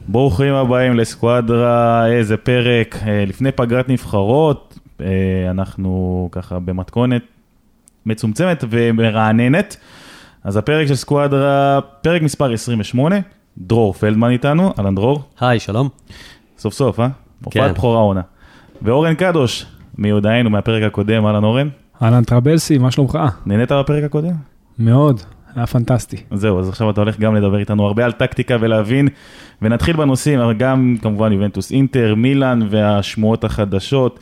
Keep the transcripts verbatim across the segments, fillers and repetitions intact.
ברוכים הבאים לסקואדרה, איזה פרק, לפני פגרת נבחרות, אנחנו ככה במתכונת מצומצמת ומרעננת, אז הפרק של סקואדרה, פרק מספר עשרים ושמונה, דרור פלדמן איתנו, אלן דרור. היי, שלום. סוף סוף, אה? הופעת כן. בחורה עונה. ואורן קדוש, מיודענו מהפרק הקודם, אלן אורן. אלן טרבלסי, מה שלומך? נהנית בפרק הקודם? מאוד. היה פנטסטי. זהו, אז עכשיו אתה הולך גם לדבר איתנו הרבה על טקטיקה ולהבין, ונתחיל בנושאים, אבל גם כמובן יובנטוס אינטר, מילאן והשמועות החדשות,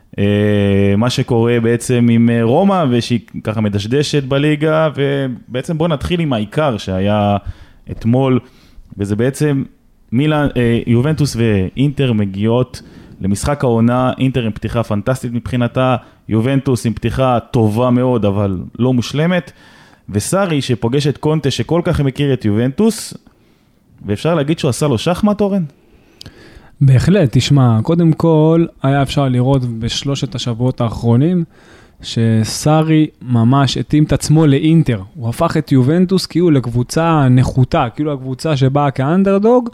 מה שקורה בעצם עם רומא, ושהיא ככה מדשדשת בליגה, ובעצם בוא נתחיל עם העיקר שהיה אתמול, וזה בעצם מילאן, יובנטוס ואינטר מגיעות למשחק העונה, אינטר עם פתיחה פנטסטית מבחינתה, יובנטוס עם פתיחה טובה מאוד, אבל לא מושלמת, וסארי שפוגש את קונטה שכל כך מכיר את יובנטוס, ואפשר להגיד שהוא עשה לו שחמט, אורן? בהחלט, תשמע, קודם כל היה אפשר לראות בשלושת השבועות האחרונים, שסארי ממש התאים את עצמו לאינטר, הוא הפך את יובנטוס כאילו לקבוצה נחותה, כאילו הקבוצה שבאה כאנדרדוג,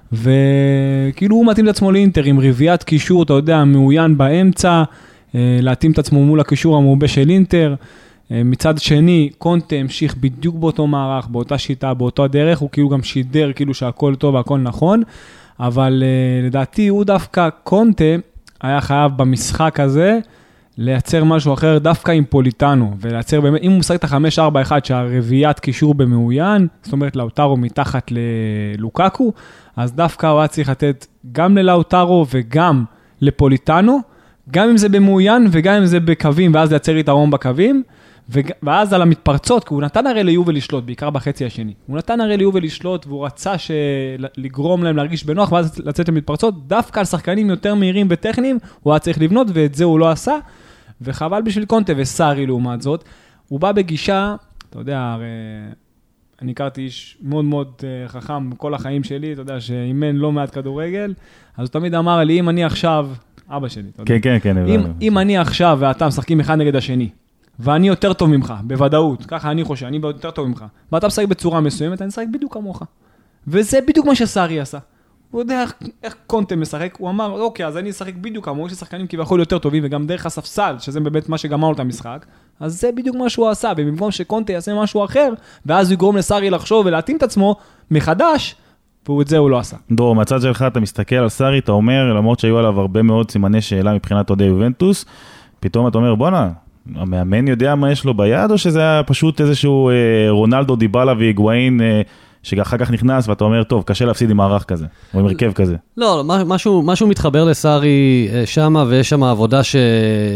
וכאילו הוא מתאים את עצמו לאינטר עם רביעת קישור, אתה יודע, מעוין באמצע, להתאים את עצמו מול הקישור המעובה של אינטר, מצד שני, קונטה המשיך בדיוק באותו מערך, באותה שיטה, באותו הדרך, הוא כאילו גם שידר כאילו שהכל טוב והכל נכון, אבל uh, לדעתי הוא דווקא, קונטה היה חייב במשחק הזה, לייצר משהו אחר דווקא עם פוליטנו, ולייצר באמת, אם הוא משחק את ה-חמש ארבע אחת שהרביעת קישור במעוין, זאת אומרת לאוטרו מתחת ללוקקו, אז דווקא הוא היה צריך לתת גם ללאוטרו וגם לפוליטנו, גם אם זה במעוין וגם אם זה בקווים, ואז לייצר יתרון בקווים, ואז על המתפרצות, כי הוא נתן הרי ליובל לשלוט, בעיקר בחצי השני. הוא נתן הרי ליובל לשלוט, והוא רצה לגרום להם להרגיש בנוח, ואז לצאת למתפרצות, דווקא על שחקנים יותר מהירים וטכניים, הוא היה צריך לבנות, ואת זה הוא לא עשה, וחבל בשביל קונטה וסארי לעומת זאת. הוא בא בגישה, אתה יודע, הרי אני הכרתי איש מאוד מאוד חכם כל החיים שלי, אתה יודע, שאימן לא מעט כדורגל, אז הוא תמיד אמר לי, אם אני עכשיו, אבא שלי, אתה יודע, כן, כן, כן, אם, אם אני עכשיו ואתה משחקים אחד נגד השני, ואני יותר טוב ממך, בוודאות, ככה אני חושב, אני יותר טוב ממך, ואתה משחק בצורה מסוימת, אני משחק בדיוק כמוך. וזה בדיוק מה שסארי עשה. הוא יודע איך, איך קונטה משחק, הוא אמר, אוקיי, אז אני אשחק בדיוק כמוך, ששחקנים כביכול יותר טובים, וגם דרך הספסל, שזה באמת מה שגמר לו את המשחק, אז זה בדיוק מה שהוא עשה, ובמקום שקונטה יעשה משהו אחר, ואז הוא יגרום לסארי לחשוב ולהתאים את עצמו מחדש, ואת זה הוא לא עשה. דור, מצד שלך אתה מסתכל על סארי, אתה אומר, למרות שהיו עליו הרבה מאוד סימני שאלה מבחינת אוהדי יובנטוס, פתאום אתה אומר, בוא'נה, המאמן יודע מה יש לו ביד, או שזה היה פשוט איזשהו אה, רונלדו דיבאלה והיגואין, אה, שאחר כך נכנס, ואתה אומר, טוב, קשה להפסיד עם מערך כזה, או עם הרכב כזה. לא, משהו, משהו מתחבר לסארי שמה, ויש שם עבודה ש...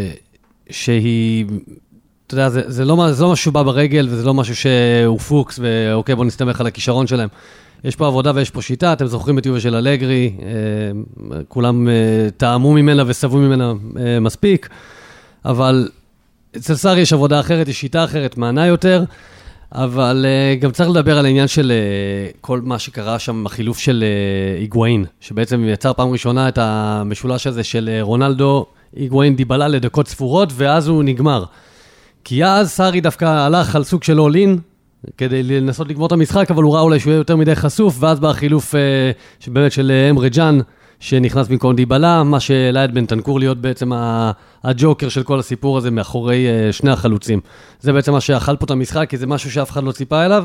שהיא, אתה יודע, זה, זה לא, זה לא משהו בא ברגל, וזה לא משהו שהוא פוקס, ואוקיי, בוא נסתמך על הכישרון שלהם. יש פה עבודה ויש פה שיטה, אתם זוכרים את יובל של אלגרי, אה, כולם אה, טעמו ממנה וסבו ממנה אה, מספיק, אבל אצל סארי יש עבודה אחרת, יש שיטה אחרת, מענה יותר, אבל uh, גם צריך לדבר על העניין של uh, כל מה שקרה שם, החילוף של uh, היגואין, שבעצם יצר פעם ראשונה את המשולש הזה של uh, רונלדו, היגואין דיבלה לדקות ספורות, ואז הוא נגמר. כי אז סארי דווקא הלך על סוג של אולין, כדי לנסות לגמור את המשחק, אבל הוא ראה אולי שהוא יהיה יותר מדי חשוף, ואז בא החילוף uh, שבאמת של uh, אמרי ג'אן, שנכנס במקום דיבלה, מה שהעלה את בנטנקור להיות בעצם הג'וקר של כל הסיפור הזה מאחורי שני החלוצים. זה בעצם מה שאכל פה את המשחק, כי זה משהו שאף אחד לא ציפה אליו.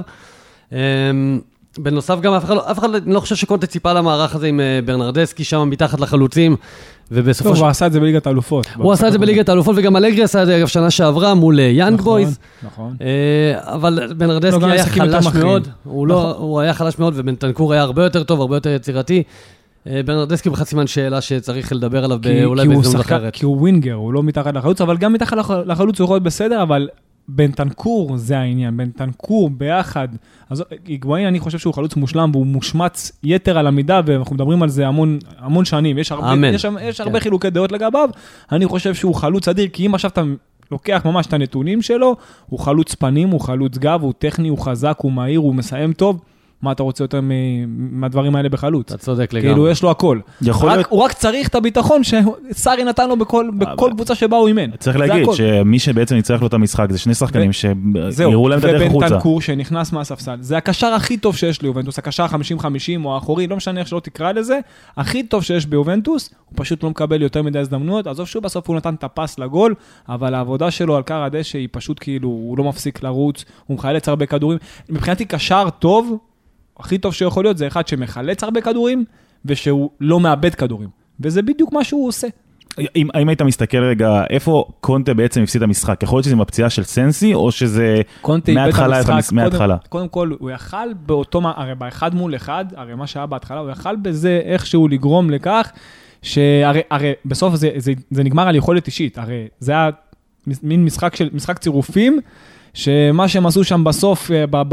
בנוסף גם אף אחד לא, אף אחד לא חושב שקונטה ציפה למערך הזה עם ברנרדסקי שם מתחת לחלוצים, ובסופו הוא עשה את זה בליגת האלופות. הוא עשה את זה בליגת האלופות, וגם אלגרי עשה את זה שנה שעברה מול יאנג בויז. נכון. אבל ברנרדסקי היה חלש מאוד, הוא היה חלש מאוד, ובנטנקור היה הרבה יותר טוב, הרבה יותר יצירתי. ברנרדסקי בכלל סימן שאלה שצריך לדבר עליו אולי בהזדמנות אחרת. כי הוא ווינגר, הוא לא מתחת לחלוץ, אבל גם מתחת לחלוץ הוא יכול להיות בסדר, אבל בנטנקור זה העניין, בנטנקור ביחד, אז היגואין אני חושב שהוא חלוץ מושלם, והוא מושמץ יתר על המידה, ואנחנו מדברים על זה המון, המון שנים, יש הרבה, יש, יש הרבה חילוקי דעות לגביו, אני חושב שהוא חלוץ אדיר, כי אם עכשיו אתה לוקח ממש את הנתונים שלו, הוא חלוץ פנים, הוא חלוץ גב, הוא טכני, הוא חזק, הוא מהיר, הוא מסיים טוב, מה אתה רוצה יותר מהדברים האלה בחלוץ? אתה צודק לגמרי. כאילו, יש לו הכל. יכול רק, להיות... הוא רק צריך את הביטחון שסארי נתן לו בכל, בכל קבוצה שבה הוא אימן. צריך להגיד שמי שבעצם ניצח לו את המשחק, זה שני שחקנים שיראו להם את הדרך החוצה. ובנטנקור שנכנס מהספסל. זה הקשר הכי טוב שיש ליובנטוס, הקשר חמישים חמישים או האחורי, לא משנה איך שלא תקרא לזה, הכי טוב שיש ביובנטוס, הוא פשוט לא מקבל יותר מדי הזדמנויות, עזוב שהוא בסוף הוא נתן את הפס לגול, אבל העבודה שלו על קר הדשא היא פשוט כאילו, הוא לא מפסיק לרוץ, הוא מחלץ הרבה כדורים. מבחינתי קשר טוב, הכי טוב שיכול להיות, זה אחד שמחלץ הרבה כדורים, ושהוא לא מאבד כדורים. וזה בדיוק מה שהוא עושה. אם, אם היית מסתכל רגע, איפה קונטה בעצם הפסיד המשחק? יכול להיות שזה מפציעה של סנסי, או שזה מההתחלה? קודם, קודם כל, הוא יכל באותו, הרי באחד מול אחד, הרי מה שהיה בהתחלה, הוא יכל בזה איכשהו לגרום לכך, שהרי הרי בסוף זה, זה, זה נגמר על יכולת אישית, הרי זה היה מין משחק, של, משחק צירופים, שמה שהם עשו שם בסוף,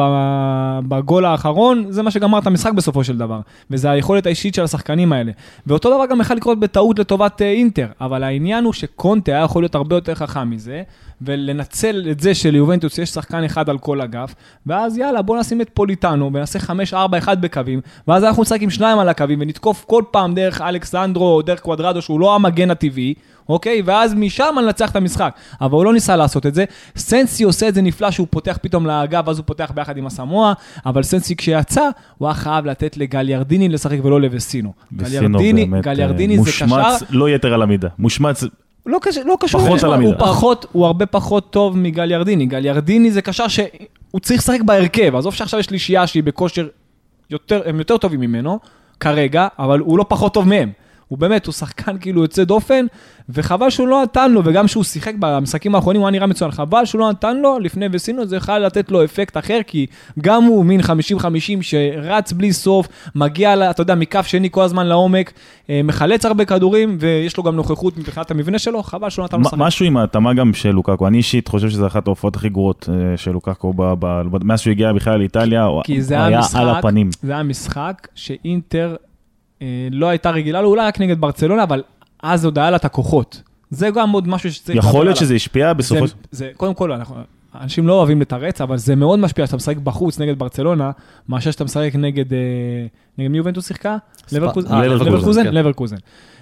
בגול האחרון, זה מה שגמר את המשחק בסופו של דבר. וזה היכולת האישית של השחקנים האלה. ואותו דבר גם יכול לקרות בטעות לטובת אינטר. אבל העניין הוא שקונטה היה יכול להיות הרבה יותר חכם מזה, ולנצל את זה שליובנטוס יש שחקן אחד על כל אגף, ואז יאללה, בוא נשים את פוליטאנו, ונעשה חמש ארבע אחד בקווים, ואז אנחנו נשחק עם שניים על הקווים, ונתקוף כל פעם דרך אלכסנדרו, או דרך קוואדרדו, שהוא לא המגן הטבעי, אוקיי? ואז משם ננצח את המשחק. אבל הוא לא ניסה לעשות את זה. סנסי עושה את זה נפלא, שהוא פותח פתאום לאגף, ואז הוא פותח ביחד עם הסמואה, אבל סנסי כשיצא, הוא היה חייב לתת לגליארדיני לשחק ולא לבסינו. גליארדיני, גליארדיני זה קשר... מושמץ לא יתר על המידה. מושמץ... לא קשור, לא קשור. פחות על המידה. הוא פחות, הוא הרבה פחות טוב מגליארדיני. גליארדיני זה קשר שהוא צריך לשחק בהרכב. עזוב שעכשיו יש לי שיעה שהיא בכושר יותר, הם יותר טובים ממנו, כרגע, אבל הוא לא פחות טוב מהם. הוא באמת, הוא שחקן כאילו יוצא דופן, וחבל שהוא לא נתן לו, וגם שהוא שיחק במשחקים האחרונים, הוא היה נראה מצוין, חבל שהוא לא נתן לו, לפני וסינו, זה יכול לתת לו אפקט אחר, כי גם הוא מין חמישים חמישים, שרץ בלי סוף, מגיע, אתה יודע, מכף שני כל הזמן לעומק, מחלץ הרבה כדורים, ויש לו גם נוכחות מבחינת המבנה שלו, חבל שהוא נתן לו שחק. משהו עם ההתאמה גם של לוקאקו, אני אישית חושב שזה אחת ההופעות הכי גרועות של לוקאקו, מאז שהוא הגיע בכלל לאיטליה, הוא היה על הפנים. זה היה משחק שאינטר לא הייתה רגילה, אולי רק נגד ברצלונה, אבל אז עוד היה לה את הכוחות. זה גם עוד משהו שצריך... יכול להיות שזה השפיע בסופו... זה, זה, קודם כל, אנחנו, אנשים לא אוהבים לתרץ, אבל זה מאוד משפיע שאתה משחק בחוץ נגד ברצלונה, מאשר שאתה משחק נגד... נגד מי יובנטוס שיחקה? לברקוזן? לברקוזן.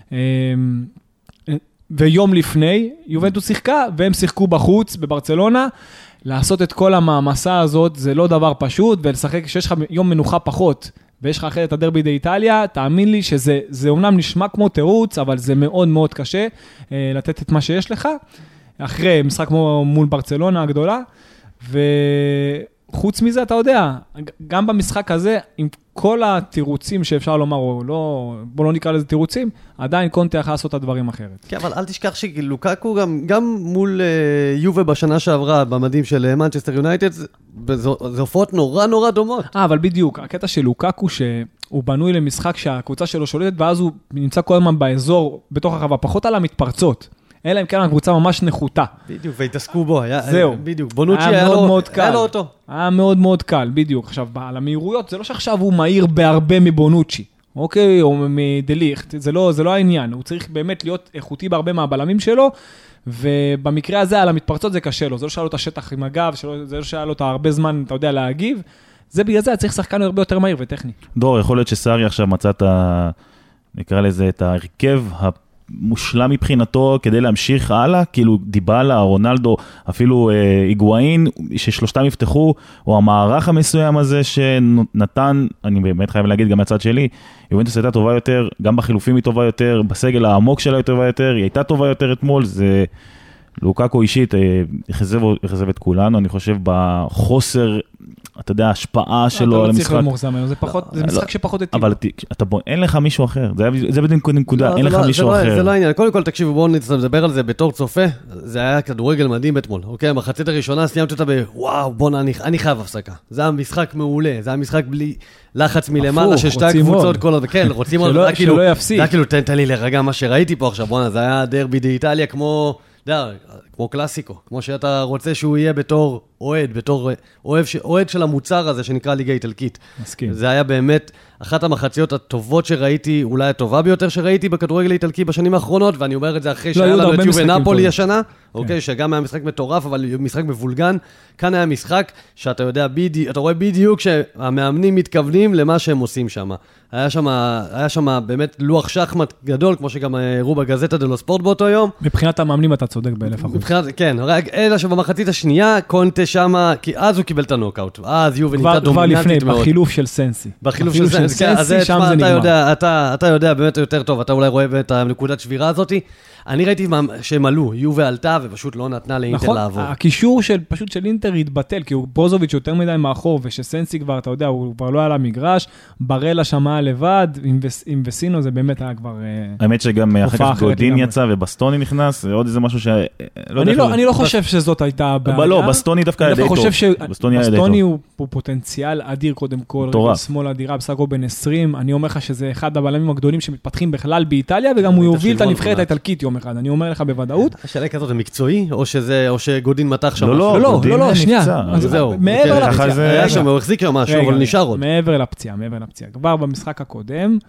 ויום לפני, יובנטוס שיחקה, והם שיחקו בחוץ בברצלונה, לעשות את כל המאמסה הזאת, זה לא דבר פשוט, ולשחק שיש לך יום מנוחה פחות, ויש לך אחרי את הדרבי באיטליה, תאמין לי שזה זה אומנם נשמע כמו תירוץ, אבל זה מאוד מאוד קשה אה, לתת את מה שיש לך, אחרי משחק כמו מול ברצלונה הגדולה, וחוץ מזה אתה יודע, גם במשחק הזה, עם כל התירוצים שאפשר לומר, או לא, בוא לא נקרא לזה תירוצים, עדיין קונטה יכול לעשות את הדברים אחרת. כן, אבל אל תשכח שלוקאקו גם, גם מול uh, יובה בשנה שעברה, במדים של מנצ'סטר יונייטד, זה, זה הופעות נורא נורא דומות. אה, אבל בדיוק, הקטע של לוקאקו, שהוא בנוי למשחק שהקבוצה שלו שולטת, ואז הוא נמצא כל הזמן באזור, בתוך הרחבה, פחות על המתפרצות. אלא אם כן הקבוצה ממש נחותה. בדיוק, והתעסקו בו. היה, זהו. בדיוק, בונוצ'י היה, היה, לו, היה לו אותו. היה מאוד מאוד קל, בדיוק. עכשיו, על המהירויות, זה לא שעכשיו הוא מהיר בהרבה מבונוצ'י, אוקיי? או מדליכט, זה לא, זה לא העניין. הוא צריך באמת להיות איכותי בהרבה מהבלמים שלו, ובמקרה הזה, על המתפרצות זה קשה לו. זה לא שהיה לו את השטח עם הגב, זה לא שהיה לו את הרבה זמן, אתה יודע, להגיב. זה בגלל זה, צריך שחקן הרבה יותר מהיר וטכני. דור, יכול להיות שסארי עכשיו מצא את ה... נקרא לזה, את ההרכב מושלם מבחינתו כדי להמשיך הלאה, כאילו דיבאלה, רונלדו, אפילו אה, איגואין, ששלושתם יפתחו, או המערך המסוים הזה שנתן, אני באמת חייב להגיד גם מהצד שלי, יובנטוס הייתה טובה יותר, גם בחילופים היא טובה יותר, בסגל העמוק שלה היא טובה יותר, היא הייתה טובה יותר אתמול, זה לוקאקו אישית, החזב את כולנו, אני חושב בחוסר, אתה יודע, ההשפעה שלו על המשחק. זה פחות, זה משחק שפחות התאים. אבל אין לך מישהו אחר, זה בדיוק נקודה, אין לך מישהו אחר. זה לא העניין, קודם כל תקשיבו, בואו נדבר על זה בתור צופה, זה היה כדורגל מדהים אתמול, אוקיי, מחצית הראשונה סיימתי אותה בוואו, בוא אני חייב הפסקה, זה היה משחק מעולה, זה היה משחק בלי לחץ מלמעלה של שתי הקבוצות, כן, רוצים עוד, שלא יפסיד. זה כאילו, תן לי לרגע מה שראיתי פה עכשיו, בואו, זה היה דרבי באיטליה כמו כמו קלאסיקו, כמו שאתה רוצה שהוא יהיה בתור אוהד, בתור אוהב, אוהד של המוצר הזה שנקרא ליגה איטלקית. מסכים. זה היה באמת אחת המחציות הטובות שראיתי, אולי הטובה ביותר שראיתי בכדורגל האיטלקי בשנים האחרונות, ואני אומר את זה אחרי שהיה לנו את יובה נפולי השנה, אוקיי? שגם היה משחק מטורף, אבל משחק מבולגן. כאן היה משחק שאתה יודע, אתה רואה בדיוק שהמאמנים מתכוונים למה שהם עושים שם. היה שם, היה שם באמת לוח שחמט גדול, כמו שגם הראו בגזטה דלו ספורט באותו יום. מבחינת המאמנים אתה צודק באלף אחוז. מבחינת, כן, רק אלא שבמחצית השנייה, קונטה שם, כי אז הוא קיבל את הנוקאוט. אז יובל נהייתה דומיננטית מאוד. בחילוף של סנסי. בחילוף של סנסי, אז שם זה נגמר. אתה יודע באמת יותר טוב, אתה אולי רואה את הנקודת שבירה הזאת. אני ראיתי שהם עלו, יובל עלתה ופשוט לא נתנה לאינטר לעבור. נכון, הקישור פשוט של אינטר התבטל, כי ברוזוביץ' יותר מדי מאחור, ושסנסי כבר, אתה יודע, הוא כבר לא היה למגרש, ברלה שמעה לבד, עם וסינו זה באמת היה כבר... האמת שגם אחר כך גודין יצא ובסטוני נכנס, זה עוד איזה משהו ש... אני לא חושב שזאת הייתה הבעיה. לא, בסטוני דווקא היה די טוב. בסטוני הוא פוטנציאל אדיר קודם כל, רגל שמאל אדירה, בסך הכל בן עשרים, אני אומר לך שזה אחד הבלמים הגדולים שמתפתחים בכלל באיטליה, וגם הוא יוביל את הנבחרת האיטלקית יום אחד, אני אומר לך בוודאות. השאלה כזאת, זה מקצועי, או שזה, או שגודין מתח שם? לא, לא, לא, לא, שנייה. מעבר לפציעה. היה שם, הוא החזיק משהו, אבל נשאר עוד. מעבר לפציעה, מעבר לפציעה. כבר במשחק הקודם,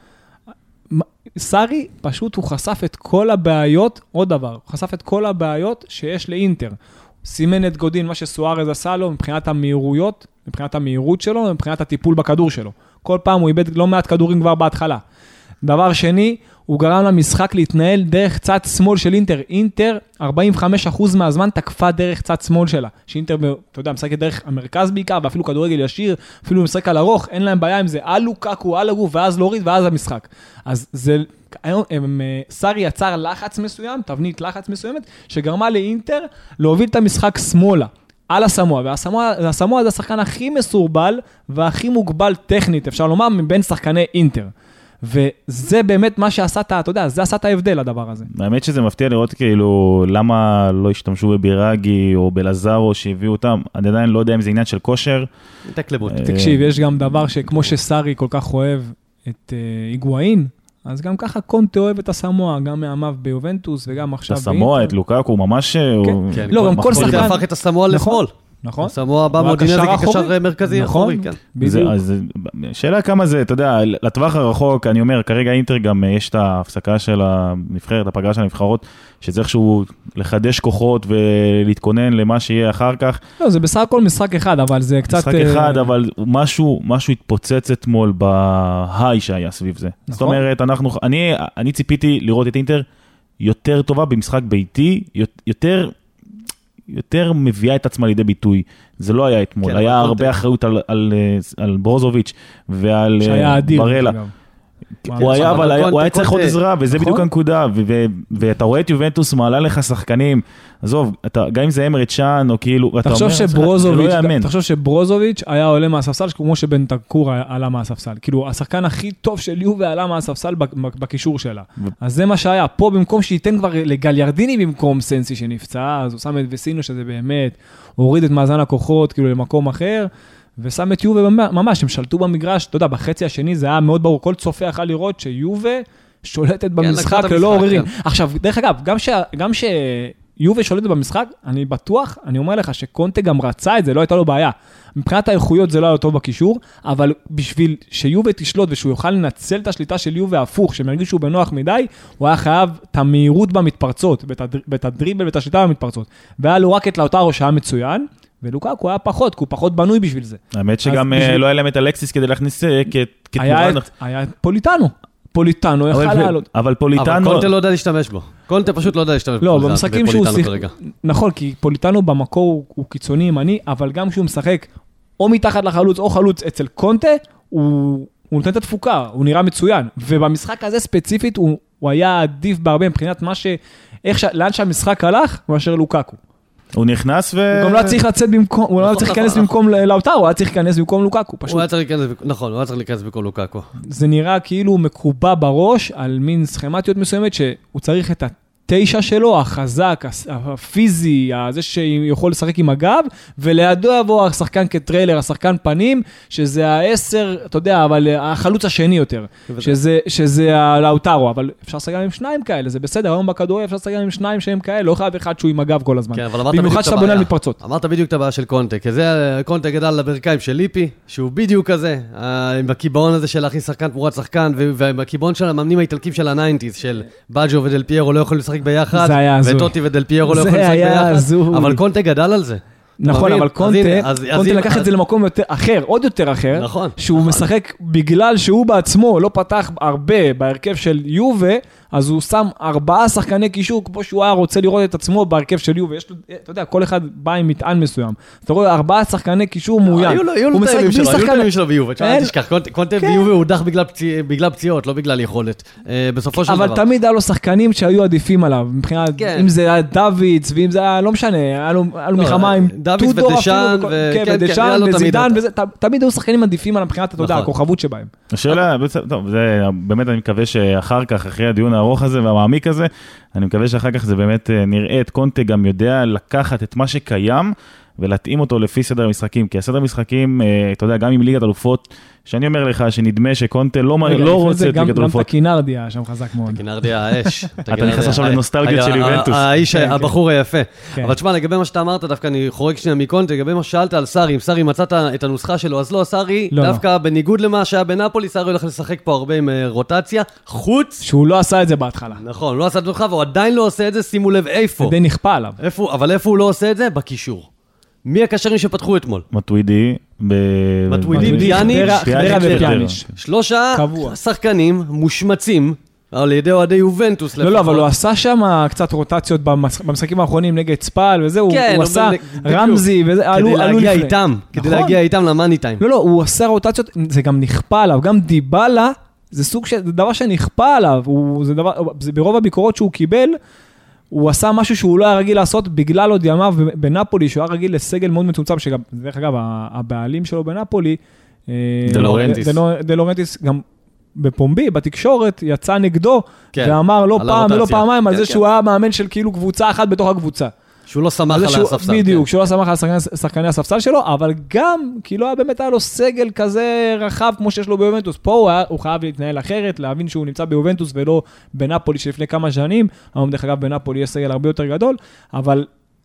סארי פשוט הוא חשף את כל הבעיות, עוד דבר, הוא חשף את כל הבעיות שיש לאינטר. סימן את גודין, מה שסוארז עשה לו, מבחינת המהירויות, מבחינת המהירות שלו, מבחינת הטיפול בכדור שלו. כל פעם הוא איבד לא מעט כדורים כבר בהתחלה. דבר שני, הוא גרם למשחק להתנהל דרך צד שמאל של אינטר. אינטר, ארבעים וחמישה אחוז מהזמן תקפה דרך צד שמאל שלה. שאינטר, אתה יודע, משחקת דרך המרכז בעיקר, ואפילו כדורגל ישיר, אפילו משחק על ארוך, אין להם בעיה עם זה. על לוקאקו, על הגוף, ואז להוריד, ואז המשחק. אז זה, סארי יצר לחץ מסוים, תבנית לחץ מסוימת, שגרמה לאינטר להוביל את המשחק שמאלה. על הסמואה, והסמואה זה השחקן הכי מסורבל, והכי מוגבל טכנית, אפשר לומר, מבין שחקני אינטר. וזה באמת מה שעשה, אתה יודע, זה עשה את ההבדל הדבר הזה. האמת שזה מפתיע לראות כאילו, למה לא השתמשו בבירגי או בלזארו שהביאו אותם, אני עדיין לא יודע אם זה עניין של כושר. תקשיב, יש גם דבר שכמו שסארי כל כך אוהב את היגואין, אז גם ככה קונטה אוהב את הסמואה, גם מאמיו ביובנטוס וגם עכשיו באינטר. הסמואה, את לוקאקו, ממש... כן, לא, גם כל שחקן... הוא הפך את הסמואה לשמאל. נכון. הסמואה הבא מודינה זה כקשר מרכזי אחורי, כן. בדיוק. שאלה כמה זה, אתה יודע, לטווח הרחוק, אני אומר, כרגע אינטר גם יש את ההפסקה של הנבחרת, הפגרה של הנבחרות, שזה איכשהו לחדש כוחות ולהתכונן למה שיהיה אחר כך. לא, זה בסך הכל משחק אחד, אבל זה קצת... משחק אחד, אבל משהו, משהו התפוצץ אתמול בהיי שהיה סביב זה. זאת אומרת, אנחנו, אני, אני ציפיתי לראות את אינטר יותר טובה במשחק ביתי, יותר... יותר מביאה את עצמה לידי ביטוי. זה לא היה אתמול. היה הרבה אחריות על ברוזוביץ' ועל ברלה. הוא היה, אבל הוא היה צריך עוד עזרה, וזה בדיוק הנקודה. ואתה רואה את יובנטוס מעלה לך שחקנים, עזוב, גם אם זה אמרת שן, או כאילו, תחשוב שברוזוביץ' היה עולה מהספסל, כמו שבן תקור עלה מהספסל. כאילו, השחקן הכי טוב של יובה עלה מהספסל בקישור שלה. אז זה מה שהיה. פה, במקום שייתן כבר לגליארדיני במקום סנסי שנפצע, אז הוא שם את וסינו, שזה באמת, הוריד את מאזן הכוחות, כאילו, למקום אחר, ושם את יובה ממש, הם שלטו במגרש, אתה יודע, בחצי השני זה היה מאוד ברור, כל צופה יכל לראות שיובה שולטת במשחק ללא עוררין. עכשיו, דרך אגב, גם שיובה שולטת במשחק, אני בטוח, אני אומר לך שקונטה גם רצה את זה, לא הייתה לו בעיה. מבחינת האיכויות זה לא היה טוב בקישור, אבל בשביל שיובה תשלוט ושהוא יוכל לנצל את השליטה של יובה הפוך, שמרגיש שהוא בנוח מדי, הוא היה חייב את המהירות במתפרצות, ואת הדריבל ואת השליטה במתפרצות. והיה לו רק את לאוטרו שהיה מצוין, ולוקאקו היה פחות, כי הוא פחות בנוי בשביל זה. האמת שגם לא היה להם את אלקסיס כדי להכניס כתמורה. היה פוליטנו. פוליטנו יכל לעלות. אבל פוליטנו... אבל קונטה לא יודע להשתמש בו. קונטה פשוט לא יודע להשתמש בו. לא, במשחקים שהוא שיחק... נכון, כי פוליטנו במקור הוא קיצוני ימני, אבל גם כשהוא משחק או מתחת לחלוץ או חלוץ אצל קונטה, הוא נותן את התפוקה, הוא נראה מצוין. ובמשחק הזה ספציפית הוא היה עדיף בהרבה מבחינת מה ש... לאן שהמשחק הלך, מאשר לוקאקו. הוא נכנס ו... הוא גם לא צריך לצאת במקום, הוא לא צריך להיכנס במקום לאוטרו, הוא היה צריך להיכנס במקום לוקאקו, פשוט. הוא היה צריך להיכנס, נכון, הוא היה צריך להיכנס במקום לוקאקו. זה נראה כאילו הוא מקובע בראש על מין סכמטיות מסוימת, שהוא צריך את התשע שלו, החזק, הפיזי, זה שיכול לשחק עם הגב, ולידו יבוא השחקן כטריילר, השחקן פנים, שזה העשר, אתה יודע, אבל החלוץ השני יותר, שזה, שזה הלאוטרו, אבל אפשר לשחק עם שניים כאלה, זה בסדר, היום בכדורגל אפשר לשחק עם שניים שהם כאלה, לא חייב אחד שהוא עם הגב כל הזמן. במיוחד שאתה בונה על מתפרצות. אמרת בדיוק את הבעיה של קונטה, כי זה קונטה גדל לברכיים של ליפי, שהוא בדיוק כזה, עם הקיבעון הזה של להכניס שחקן תמורת שחקן, ועם הקיבעון של המאמנים האיטלקים של הניינטיז, של באג'ו ודל פיירו לא יכולים לשחק לשחק ביחד, זה היה הזוי. וטוטי ודל פיירו לא זה יכולים לשחק היה ביחד, הזוי. אבל קונטה גדל על זה. נכון, מבין? אבל אז קונטה, הנה, אז- אז קונטה הנה, לקח אז- את זה למקום יותר אחר, עוד יותר אחר, נכון, שהוא נכון. משחק בגלל שהוא בעצמו לא פתח הרבה בהרכב של יובה, אז הוא שם ארבעה שחקני קישור, כמו שהוא היה רוצה לראות את עצמו בהרכב של יובה, יש לו, אתה יודע, כל אחד בא עם מטען מסוים, אז אתה רואה ארבעה שחקני קישור מאוין, היו לו- היו לו הוא את משחק הימים בלי שלו, היו לו את שחקן, הימים שלו ביובה, תשמע, אין- אל תשכח, קונטה- קונטה ביובה הוא הודח בגלל פציע- בגלל פציעות, לא בגלל יכולת, אה, בסופו של דבר. אבל תמיד היה לו שחקנים שהיו עדיפים עליו, מבחינת, כן. אם זה היה דוידס, ואם זה היה, לא משנה, היה לו היה לו לא, מלחמה עם דוידס טודור ודשאן, אפילו, ו- כן, כן, כן, היה ודשאן לו תמיד וזידן, אותה. וזה, ת- תמיד היו שחקנים עדיפים על מבחינת, אתה יודע, נכון. הכוכבות שבהם. השאלה, בעצם, טוב, זה באמת אני מקווה שאחר כך, אחרי הדיון הארוך הזה והמעמיק הזה, אני מקווה שאחר כך זה באמת אה, נראה את קונטה גם יודע לקחת את מה שקיים, ולהתאים אותו לפי סדר המשחקים, כי הסדר המשחקים, אה, אתה יודע, גם עם ליגת אלופות, שאני אומר לך שנדמה שקונטה לא, רגע, לא לפני רוצה זה את גם- ליגת גם אלופות. את הקינרדי היה שם חזק מאוד. קינרדי האש. אתה נכנס עכשיו לנוסטלגיות של יובנטוס. האיש, כן, כן. הבחור היפה. כן. אבל תשמע, לגבי מה שאתה אמרת, דווקא אני חורג שנייה מקונטה, לגבי מה ששאלת על סארי, אם סארי מצאת את הנוסחה שלו, אז לא, סארי, לא, דווקא בניגוד למה שהיה בנאפולי, סארי הולך לשחק פה הרבה עם אה, רוטציה, חוץ, שהוא לא עשה את זה בהתחלה. נכון, הוא לא עשה את זה לך, והוא עדיין לא עושה את זה, שימו לב איפה. זה די נכפה עליו. איפה, אבל איפה הוא לא עושה את זה? בקישור. מי הקשרים שפתחו אתמול? מטווידי, ב... מטווידי, מטווידי, פיאניץ', חדרה- חדרה פיאניץ', ופיאניץ'. שלושה קבוע. שחקנים מושמצים על ידי אוהדי יובנטוס. לא, לא, לפחות. אבל הוא עשה שם קצת רוטציות במש- במשחקים האחרונים נגד ספל וזה, הוא כן, הוא אבל עשה בדיוק. רמזי וזה, עלו כדי עלו להגיע לפני. איתם, כדי נכון. להגיע איתם למאני טיים. לא, לא, הוא עשה רוטציות, זה גם נכפה עליו, גם דיבלה, זה סוג של, זה דבר שנכפה עליו, הוא, זה דבר, זה ברוב הביקורות שהוא קיבל, הוא עשה משהו שהוא לא היה רגיל לעשות בגלל עוד ימיו בנפולי, שהוא היה רגיל לסגל מאוד מצומצם, שגם, דרך אגב, הבעלים שלו בנפולי, אה, דה לורנטיס. דה- דה לורנטיס גם בפומבי, בתקשורת, יצא נגדו, כן, ואמר לא על פעם ולא הרוטציה. פעמיים על כן, זה כן. שהוא היה מאמן של כאילו קבוצה אחת בתוך הקבוצה. שהוא לא שמח על על זה שהוא- הספסל. בדיוק, כן. שהוא לא שמח על שחקני, שחקני הספסל שלו, אבל גם, כי לא היה באמת היה לו סגל כזה רחב כמו שיש לו ביובנטוס. פה הוא, היה, הוא חייב להתנהל אחרת, להבין שהוא נמצא ביובנטוס ולא בנפולי שלפני כמה שנים. היום דרך אגב בנפולי יש סגל הרבה יותר גדול, אבל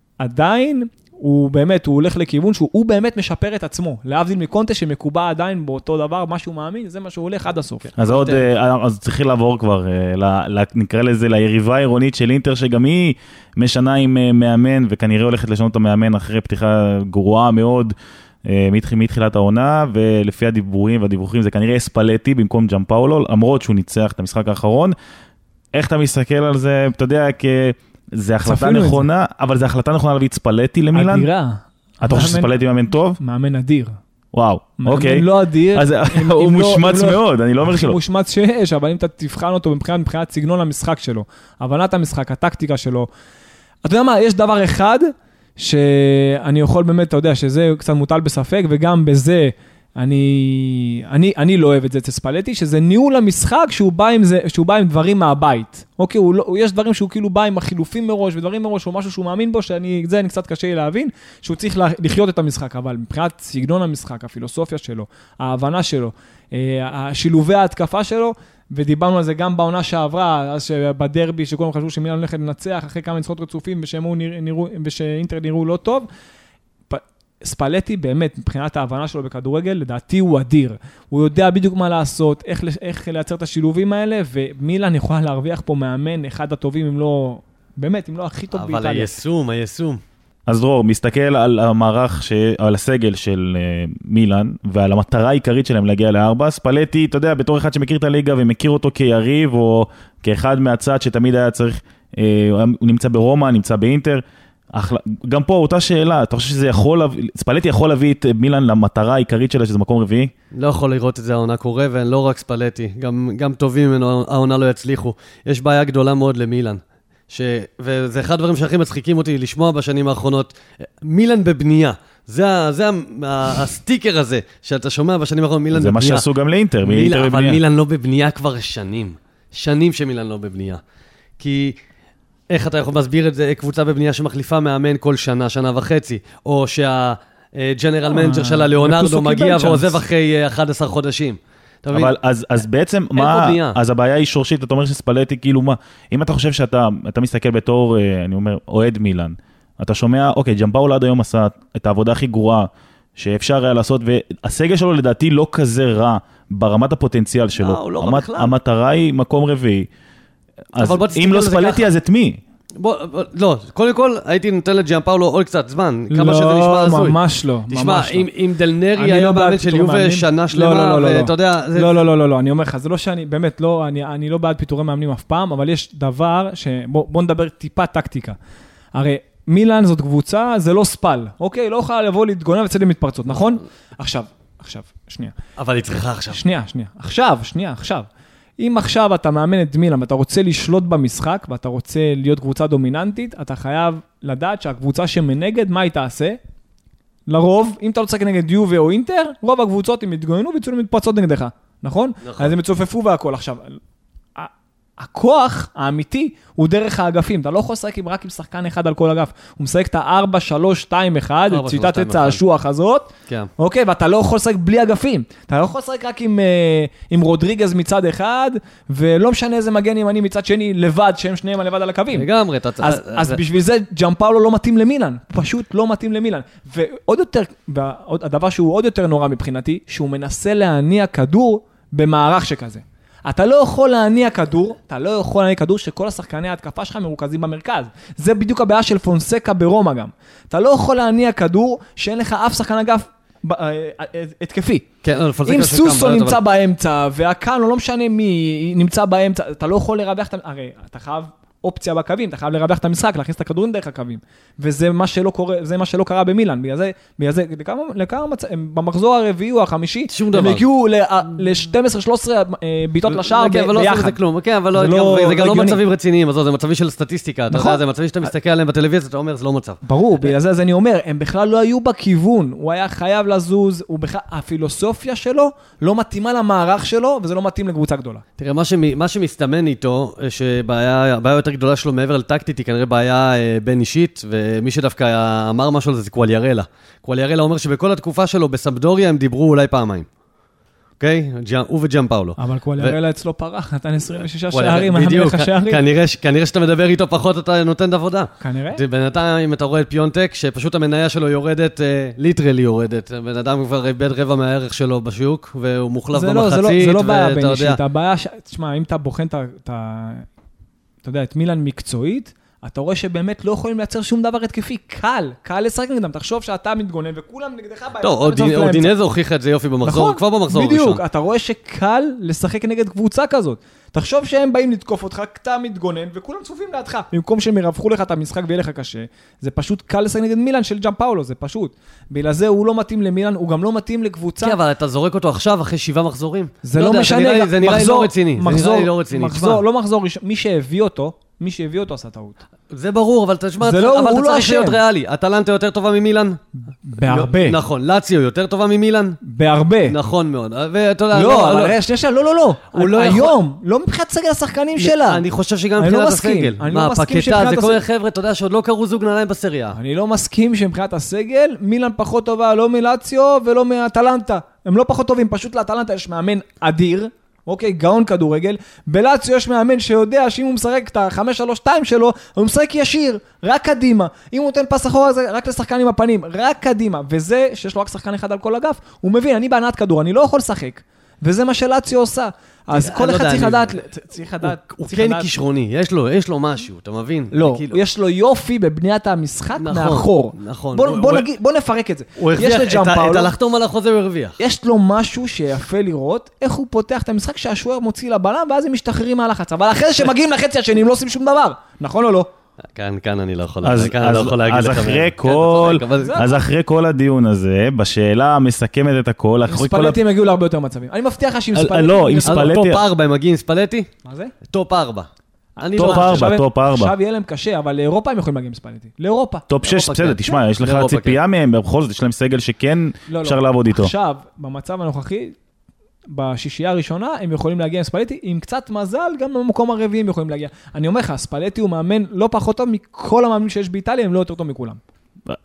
עדיין הוא באמת, הוא הולך לכיוון שהוא הוא באמת משפר את עצמו. להבדיל מקונטה שמקובע עדיין באותו דבר, מה שהוא מאמין, זה מה שהוא הולך עד הסוף. אז עוד, אה, אז צריכים לעבור כבר, אה, ל- ל- נקרא לזה, ליריבה העירונית של אינטר, שגם היא משנה עם אה, מאמן, וכנראה הולכת לשנות את המאמן אחרי פתיחה גרועה מאוד, אה, מתח- מתחילת העונה, ולפי הדיבורים והדיווחים זה כנראה ספלטי במקום ג'אמפאולו, למרות שהוא ניצח את המשחק האחרון. איך אתה מסתכל על זה, אתה יודע, כ... זה החלטה צפינו את נכונה, אבל זה החלטה נכונה להביא את ספלטי למילאן? אדירה. אתה חושב מאמן- שספלטי מאמן טוב? מאמן אדיר. וואו, אוקיי. מאמן לא אדיר. אז אם- הוא אם לא- מושמץ אם לא- מאוד, אני לא אומר שלא. מושמץ שיש, אבל אם אתה תבחן אותו מבחינת, מבחינת סגנון המשחק שלו, הבנת המשחק, הטקטיקה שלו, אתה יודע מה, יש דבר אחד שאני יכול באמת, אתה יודע, שזה קצת מוטל בספק, וגם בזה אני, אני, אני לא אוהב את זה אצל ספלטי, שזה ניהול המשחק שהוא בא עם, זה, שהוא בא עם דברים מהבית. אוקיי, הוא לא, יש דברים שהוא כאילו בא עם החילופים מראש, ודברים מראש, או משהו שהוא מאמין בו, שאני, זה אני קצת קשה לי להבין, שהוא צריך לה, לחיות את המשחק, אבל מבחינת סגנון המשחק, הפילוסופיה שלו, ההבנה שלו, השילובי ההתקפה שלו, ודיברנו על זה גם בעונה שעברה, אז שבדרבי, שכולם חשבו שמילאן הולכת לנצח, אחרי כמה ניצחונות רצופים, ושאינטר נראו לא טוב, ספלטי באמת, מבחינת ההבנה שלו בכדורגל, לדעתי הוא אדיר. הוא יודע בדיוק מה לעשות, איך, איך לייצר את השילובים האלה, ומילאן יכולה להרוויח פה מאמן אחד הטובים, אם לא, באמת, אם לא הכי טוב באיטליה. אבל היישום, היישום. אז דרור, מסתכל על המערך, ש... על הסגל של uh, מילאן, ועל המטרה העיקרית שלהם להגיע לארבע, ספלטי, אתה יודע, בתור אחד שמכיר את הליגה ומכיר אותו כיריב, או כאחד מהצד שתמיד היה צריך, uh, הוא נמצא ברומא, נמצא באינטר, גם פה אותה שאלה, אתה חושב שזה יכול, ספלטי יכול להביא את מילאן למטרה העיקרית שלה, שזה מקום רביעי? לא יכול לראות את זה העונה קורה, ולא רק ספלטי, גם, גם טובים ממנו העונה לא יצליחו. יש בעיה גדולה מאוד למילאן, ש... וזה אחד הדברים שהכי מצחיקים אותי לשמוע בשנים האחרונות, מילאן בבנייה. זה, זה הסטיקר הזה, שאתה שומע בשנים האחרונות, מילאן זה בבנייה. מה שעשו גם לאינטר, מיל... מאינטר אבל בבנייה. מילאן לא בבנייה כבר שנים. שנים שמילאן לא בבנייה. כי... איך אתה יכול להסביר את זה, קבוצה בבנייה שמחליפה מאמן כל שנה, שנה וחצי, או שהג'נרל מנג'ר שלה, ליאונרדו, מגיע ועוזב אחרי אחד עשר חודשים. אבל אז, אז בעצם, מה, אז הבעיה היא שורשית, אתה אומר שספלטי, כאילו מה, אם אתה חושב שאתה, אתה מסתכל בתור, אני אומר, אוהד מילאן, אתה שומע, אוקיי, ג'אמפאולו עד היום עשה את העבודה הכי גרועה שאפשר היה לעשות, והסגל שלו לדעתי לא כזה רע ברמת הפוטנציאל שלו. לא, הוא לא רע בכלל. המטרה היא מקום רביעי. אז אם לא ספלטי, אז את מי? בוא, לא, קודם כל הייתי נותן לג'יאמפאולו עוד קצת זמן, כמה שזה נשמע הזוי. לא, ממש לא, תשמע, אם דלנרי היה מאמן של יובה שנה שלמה, ואתה יודע... לא, לא, לא, לא, אני אומר לך, זה לא שאני, באמת, לא, אני לא בעד פיטורי מאמנים אף פעם, אבל יש דבר שבוא נדבר טיפה טקטיקה. הרי מילאן זאת קבוצה, זה לא ספל, אוקיי? לא יכולה לבוא להתגונן וצד מתפרצות, נכון? עכשיו, עכשיו, שנייה. אבל היא צריכה עכשיו. שנייה, שנייה. עכשיו, שנייה, עכשיו. אם עכשיו אתה מאמן את מילאן ואתה רוצה לשלוט במשחק ואתה רוצה להיות קבוצה דומיננטית, אתה חייב לדעת שהקבוצה שמנגד, מה היא תעשה? לרוב, אם אתה לא תשחק נגד יובה או אינטר, רוב הקבוצות הם יתגוננו ויצאו מתפרצות נגדך, נכון? נכון. אז הם מצופפו והכל. עכשיו, הכוח האמיתי הוא דרך האגפים, אתה לא יכול לשחק רק עם שחקן אחד על כל אגף, הוא משחק את ה-ארבע שלוש שתיים אחת, את שיטת הצע השוח הזאת, כן. אוקיי, ואתה לא יכול לשחק בלי אגפים, אתה לא יכול לשחק רק עם, עם רודריגז מצד אחד, ולא משנה איזה מגן ימני מצד שני, לבד, שהם שניהם לבד על הקווים. לגמרי. אז, אז, אז בשביל זה ג'אמפאולו לא מתאים למילאן, פשוט לא מתאים למילאן. ועוד יותר, הדבר שהוא עוד יותר נורא מבחינתי, שהוא מנסה להניע כדור במערך שכזה. אתה לא יכול להניע כדור, אתה לא יכול להניע כדור שכל השחקני ההתקפה שלך מרוכזים במרכז. זה בדיוק הבעיה של פונסקה ברומא גם. אתה לא יכול להניע כדור שאין לך אף שחקן אגף התקפי. אם סוסו נמצא באמצע, והקאנו, לא משנה מי נמצא באמצע, אתה לא יכול לרווח, הרי אתה חייב אופציה בקווים, אתה חייב לרווח את המשחק, להכניס את הכדורים דרך הקווים. וזה מה שלא קורה, זה מה שלא קרה במילאן. בגלל זה, בגלל זה, לכמה, לכמה מצ... במחזור הרביעי או החמישי, הם הגיעו ל-שתים עשרה שלוש עשרה ביטות לשער ביחד. כן, אבל זה גם לא מצבים רציניים, זה מצבים של סטטיסטיקה, אתה יודע, זה מצבים שאתה מסתכל עליהם בטלוויזיה, אתה אומר, זה לא מצב. ברור, בגלל זה אני אומר, הם בכלל לא היו בכיוון, הוא היה חייב לזוז, הפילוסופיה שלו לא מתאימה למערך שלו, וזה לא מתאים לקבוצה גדולה. תראה, מה שמסתמן איתו, שבעיה יותר גדולה שלו מעבר לטקטית, היא כנראה בעיה בין אישית, ומי שדווקא אמר משהו על זה, זה קואליארלה. קואליארלה אומר שבכל התקופה שלו בסמפדוריה הם דיברו אולי פעמיים. אוקיי? הוא וג'אמפאולו. אבל קואליארלה אצלו פרח, נתן עשרים ושש שערים, בדיוק, כנראה שאתה מדבר איתו פחות, אתה נותן עבודה. כנראה. בינתיים אתה רואה את פיונטק, שפשוט המניה שלו יורדת, ליטרלי יורדת. בן אדם כבר איבד רבע מהערך שלו בשוק, והוא מוחלף במחצית. זה לא בעיה בין אישית. הבעיה, תשמע, אם אתה בוחן את ה... אתה יודע, את מילאן מקצועית, אתה רואה שבאמת לא יכולים לייצר שום דבר התקפי, קל, קל לשחק נגדם, תחשוב שאתה מתגונן וכולם נגדך בעיה. טוב, אודינזה הוכיח את זה יופי במחזור, כבר במחזור הראשון. בדיוק, אתה רואה שקל לשחק נגד קבוצה כזאת. תחשוב שהם באים לתקוף אותך, אתה מתגונן וכולם צופים לידך. במקום שהם ירווחו לך את המשחק ויהיה לך קשה, זה פשוט קל לשחק נגד מילאן של ג'אמפאולו, זה פשוט. בגלל זה הוא לא מתאים למילאן, הוא גם לא מתאים לקבוצה. כן, אבל אתה זורק אותו עכשיו אחרי שבעה מחזורים. זה לא משנה, זה נראה לי לא רציני. זה נראה לי לא רציני. לא מחזור, מי שהביא אותו מי שהביא אותו עשה טעות. זה ברור, אבל תשמע, לא, אבל אתה לא צריך להיות ריאלי. אטלנטה יותר טובה ממילאן? בהרבה. נכון. לאציו יותר טובה ממילאן? בהרבה. נכון מאוד. ואתה יודע, לא, אבל רגע, שנייה, לא, לא, לא. היום, לא מבחינת סגל השחקנים שלה. אני חושב שגם מבחינת הסגל. מה, פקטה, זה כל חבר'ה, אתה יודע שעוד לא קראו זוג נעליים בסריה. אני לא מסכים שמבחינת הסגל, מילאן פחות טובה, לא מלאציו ולא מאטלנטה. הם לא פחות טובים, פשוט לאטלנטה יש מאמן אדיר. אוקיי, גאון כדורגל. בלאציו יש מאמן שיודע שאם הוא משחק את ה-חמש שלוש שתיים שלו, הוא משחק ישיר, רק קדימה. אם הוא נותן פס אחורה, זה רק לשחקן עם הפנים, רק קדימה. וזה שיש לו רק שחקן אחד על כל אגף, הוא מבין, אני בענת כדור, אני לא יכול לשחק. וזה מה שלאציו עושה. אז כל אחד צריך לדעת, צריך לדעת, הוא כן כישרוני, יש לו, יש לו משהו, אתה מבין? לא, יש לו יופי בבניית המשחק מאחור. נכון. בוא נפרק את זה. הוא הרוויח את הלחתום על החוזה, הוא הרוויח. יש לו משהו שיפה לראות, איך הוא פותח את המשחק שהשוער מוציא לבלם, ואז הם משתחררים מהלחץ. אבל אחרי זה שמגיעים לחצי השני, הם לא עושים שום דבר. נכון או לא? כאן, כאן אני לא יכול להגיד לך. אז אחרי כל, אז אחרי כל הדיון הזה, בשאלה מסכמת את הכל, ספלטי הם הגיעו להרבה יותר מצבים. אני מבטיח לך שעם ספלטי... לא, עם ספלטי... טופ ארבע הם מגיעים ספלטי? מה זה? טופ ארבע. טופ ארבע, טופ ארבע. עכשיו יהיה להם קשה, אבל לאירופה הם יכולים להגיע עם ספלטי. לאירופה. טופ שש, בסדר, תשמע, יש לך ציפייה מהם, בכל זאת יש להם סגל שכן אפשר לעבוד איתו. עכשיו, במצב הנוכחי, בשישייה הראשונה, הם יכולים להגיע עם ספלטי, עם קצת מזל, גם במקום הרביעי הם יכולים להגיע. אני אומר לך, ספלטי הוא מאמן לא פחות טוב מכל המאמנים שיש באיטליה, הם לא יותר טוב מכולם. אתה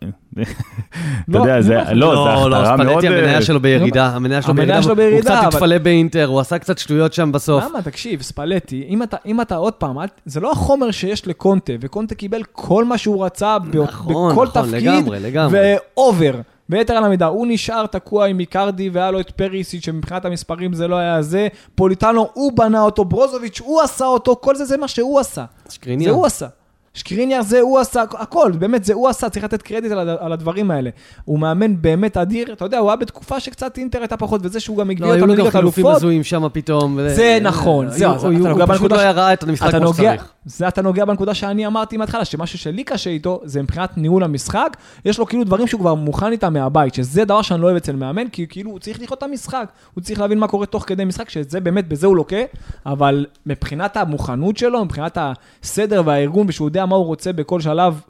יודע, זה לא, זה החתרה מאוד... המניה שלו בירידה, המניה שלו בירידה, הוא קצת התפלה באינטר, הוא עשה קצת שטויות שם בסוף. למה? תקשיב, ספלטי, אם אתה עוד פעם, זה לא החומר שיש לקונטה, וקונטה קיבל כל מה שהוא רצה בכל תפקיד, ואובר. ויתר על המידה, הוא נשאר תקוע עם איקרדי, והיה לו את פריסיץ' שמבחינת המספרים זה לא היה זה, פוליטנו הוא בנה אותו, ברוזוביץ' הוא עשה אותו, כל זה זה מה שהוא עשה. זה הוא עשה. שקריניאר זה הוא עשה, הכל, באמת זה הוא עשה, צריך לתת קרדיט על, על הדברים האלה. הוא מאמן באמת אדיר, אתה יודע, הוא היה בתקופה שקצת אינטר הייתה פחות, וזה שהוא גם הגביע אותם בליגת אלופות. לא, היו לו גם חילופים הזויים שם פתאום. זה נכון, זה, הוא פשוט לא יראה את המשחק כמו שצריך. זה אתה נוגע בנקודה שאני אמרתי מההתחלה, שמשהו שלי קשה איתו, זה מבחינת ניהול המשחק, יש לו כאילו דברים שהוא כבר מוכן איתם מהבית, שזה דבר שאני לא אוהב אצל מאמן, כי כאילו הוא צריך לחיות את המשחק, הוא צריך להבין מה קורה תוך כדי משחק, שזה באמת בזה הוא לוקה, אבל מבחינת המוכנות שלו, מבחינת הסדר והארגון, ושהוא יודע מה הוא רוצה בכל שלב,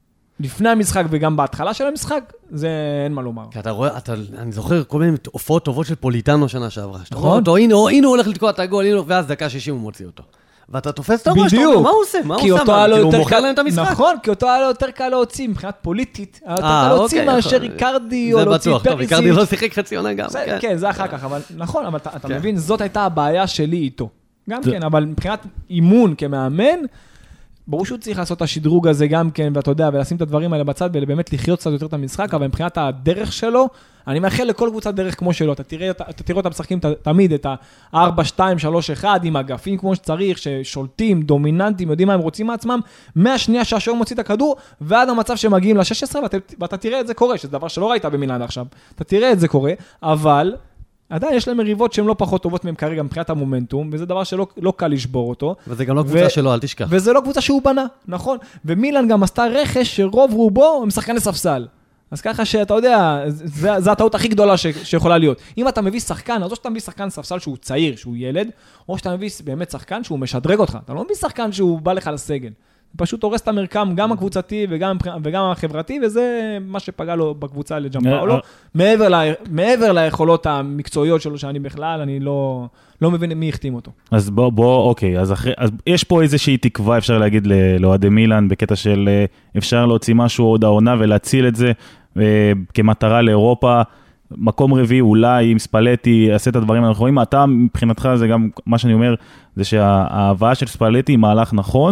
לפני המשחק וגם בהתחלה של המשחק, זה אין מה לומר. כי אתה רואה, אתה, אני זוכר כל מיני הופעות טובות של פוליטנו שנה שעברה. שאתה רואה אותו, הנה, הנה הוא הולך לתקוע את הגול, ואז דקה שישים הוא מוציא אותו. ואתה תופס את הראש, אתה אומר, מה הוא עושה? מה הוא עושה? הוא מוכר להם את המשחק? נכון, כי אותו היה לו יותר קל להוציא, מבחינת פוליטית, היה יותר קל להוציא מאשר איקרדי או להוציא פריסיץ'. טוב, איקרדי לא שיחק חצי עונה גם. כן, זה אחר כך, אבל נכון, אבל אתה מבין, זאת הייתה הבעיה שלי איתו. גם כן, אבל מבחינת אימון כמאמן, ברור שהוא צריך לעשות את השדרוג הזה גם כן, ואתה יודע, ולשים את הדברים האלה בצד, ובאמת לחיות קצת יותר את המשחק, אבל מבחינת הדרך שלו, אני מאחל לכל קבוצת דרך כמו שלו, אתה תראה, אתה תראה אותם משחקים תמיד את ה-ארבע שתיים שלוש אחת, עם אגפים כמו שצריך, ששולטים, דומיננטים, יודעים מה הם רוצים מעצמם, מהשנייה שהשוער מוציא את הכדור, ועד המצב שמגיעים ל-שש עשרה, ואתה, ואתה תראה את זה קורה, שזה דבר שלא ראית במילאן עכשיו, אתה תראה את זה קורה, אבל עדיין יש להם מריבות שהן לא פחות טובות מהם כרגע מבחינת המומנטום, וזה דבר שלא לא קל לשבור אותו. וזה גם לא קבוצה ו- שלו, אל תשכח. וזה לא קבוצה שהוא בנה, נכון. ומילאן גם עשתה רכש שרוב רובו הם שחקני ספסל. אז ככה שאתה יודע, זה, זה הטעות הכי גדולה ש- שיכולה להיות. אם אתה מביא שחקן, אז או שאתה מביא שחקן ספסל שהוא צעיר, שהוא ילד, או שאתה מביא באמת שחקן שהוא משדרג אותך. אתה לא מביא שחקן שהוא בא לך לסגל. פשוט הורס את המרקם, גם הקבוצתי וגם, וגם החברתי, וזה מה שפגע לו בקבוצה לג'מפאולו. מעבר, לה, מעבר ליכולות המקצועיות שלו, שאני בכלל, אני לא, לא מבין מי החתים אותו. אז בוא, בוא, אוקיי, אז, אחרי, אז יש פה איזושהי תקווה, אפשר להגיד, לאוהדי מילאן, בקטע של אפשר להוציא משהו עוד העונה ולהציל את זה כמטרה לאירופה, מקום רביעי, אולי עם ספלטי, יעשה את הדברים הנכונים. אתה, מבחינתך, זה גם מה שאני אומר, זה שההבאה של ספלטי היא מהלך נכון,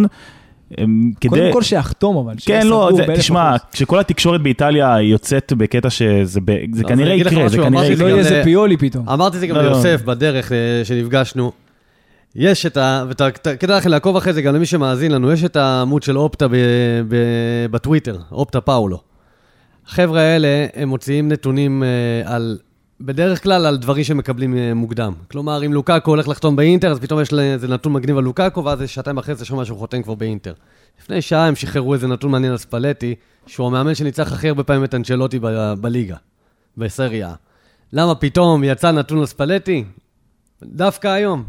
קודם כל שיחתום, אבל כן, לא, תשמע, כשכל התקשורת באיטליה יוצאת בקטע שזה כנראה יקרה, זה כנראה יקרה. לא יהיה זה פיולי פתאום. אמרתי את זה גם ליוסף בדרך שנפגשנו. יש את ה... וכדאי לכם לעקוב אחרי זה, גם למי שמאזין לנו, יש את העמוד של אופטה בטוויטר, אופטה פאולו. החבר'ה האלה, הם מוציאים נתונים על... בדרך כלל על דברים שמקבלים מוקדם. כלומר, אם לוקאקו הולך לחתום באינטר, אז פתאום יש איזה נתון מגניב על לוקאקו, ואז שעתיים אחרי זה שומע שהוא חותם כבר באינטר. לפני שעה הם שחררו איזה נתון מעניין על ספלטי, שהוא המאמן שניצח הכי הרבה פעמים את אנצ'לוטי ב- בליגה, בסריה. למה פתאום יצא נתון על ספלטי? דווקא היום.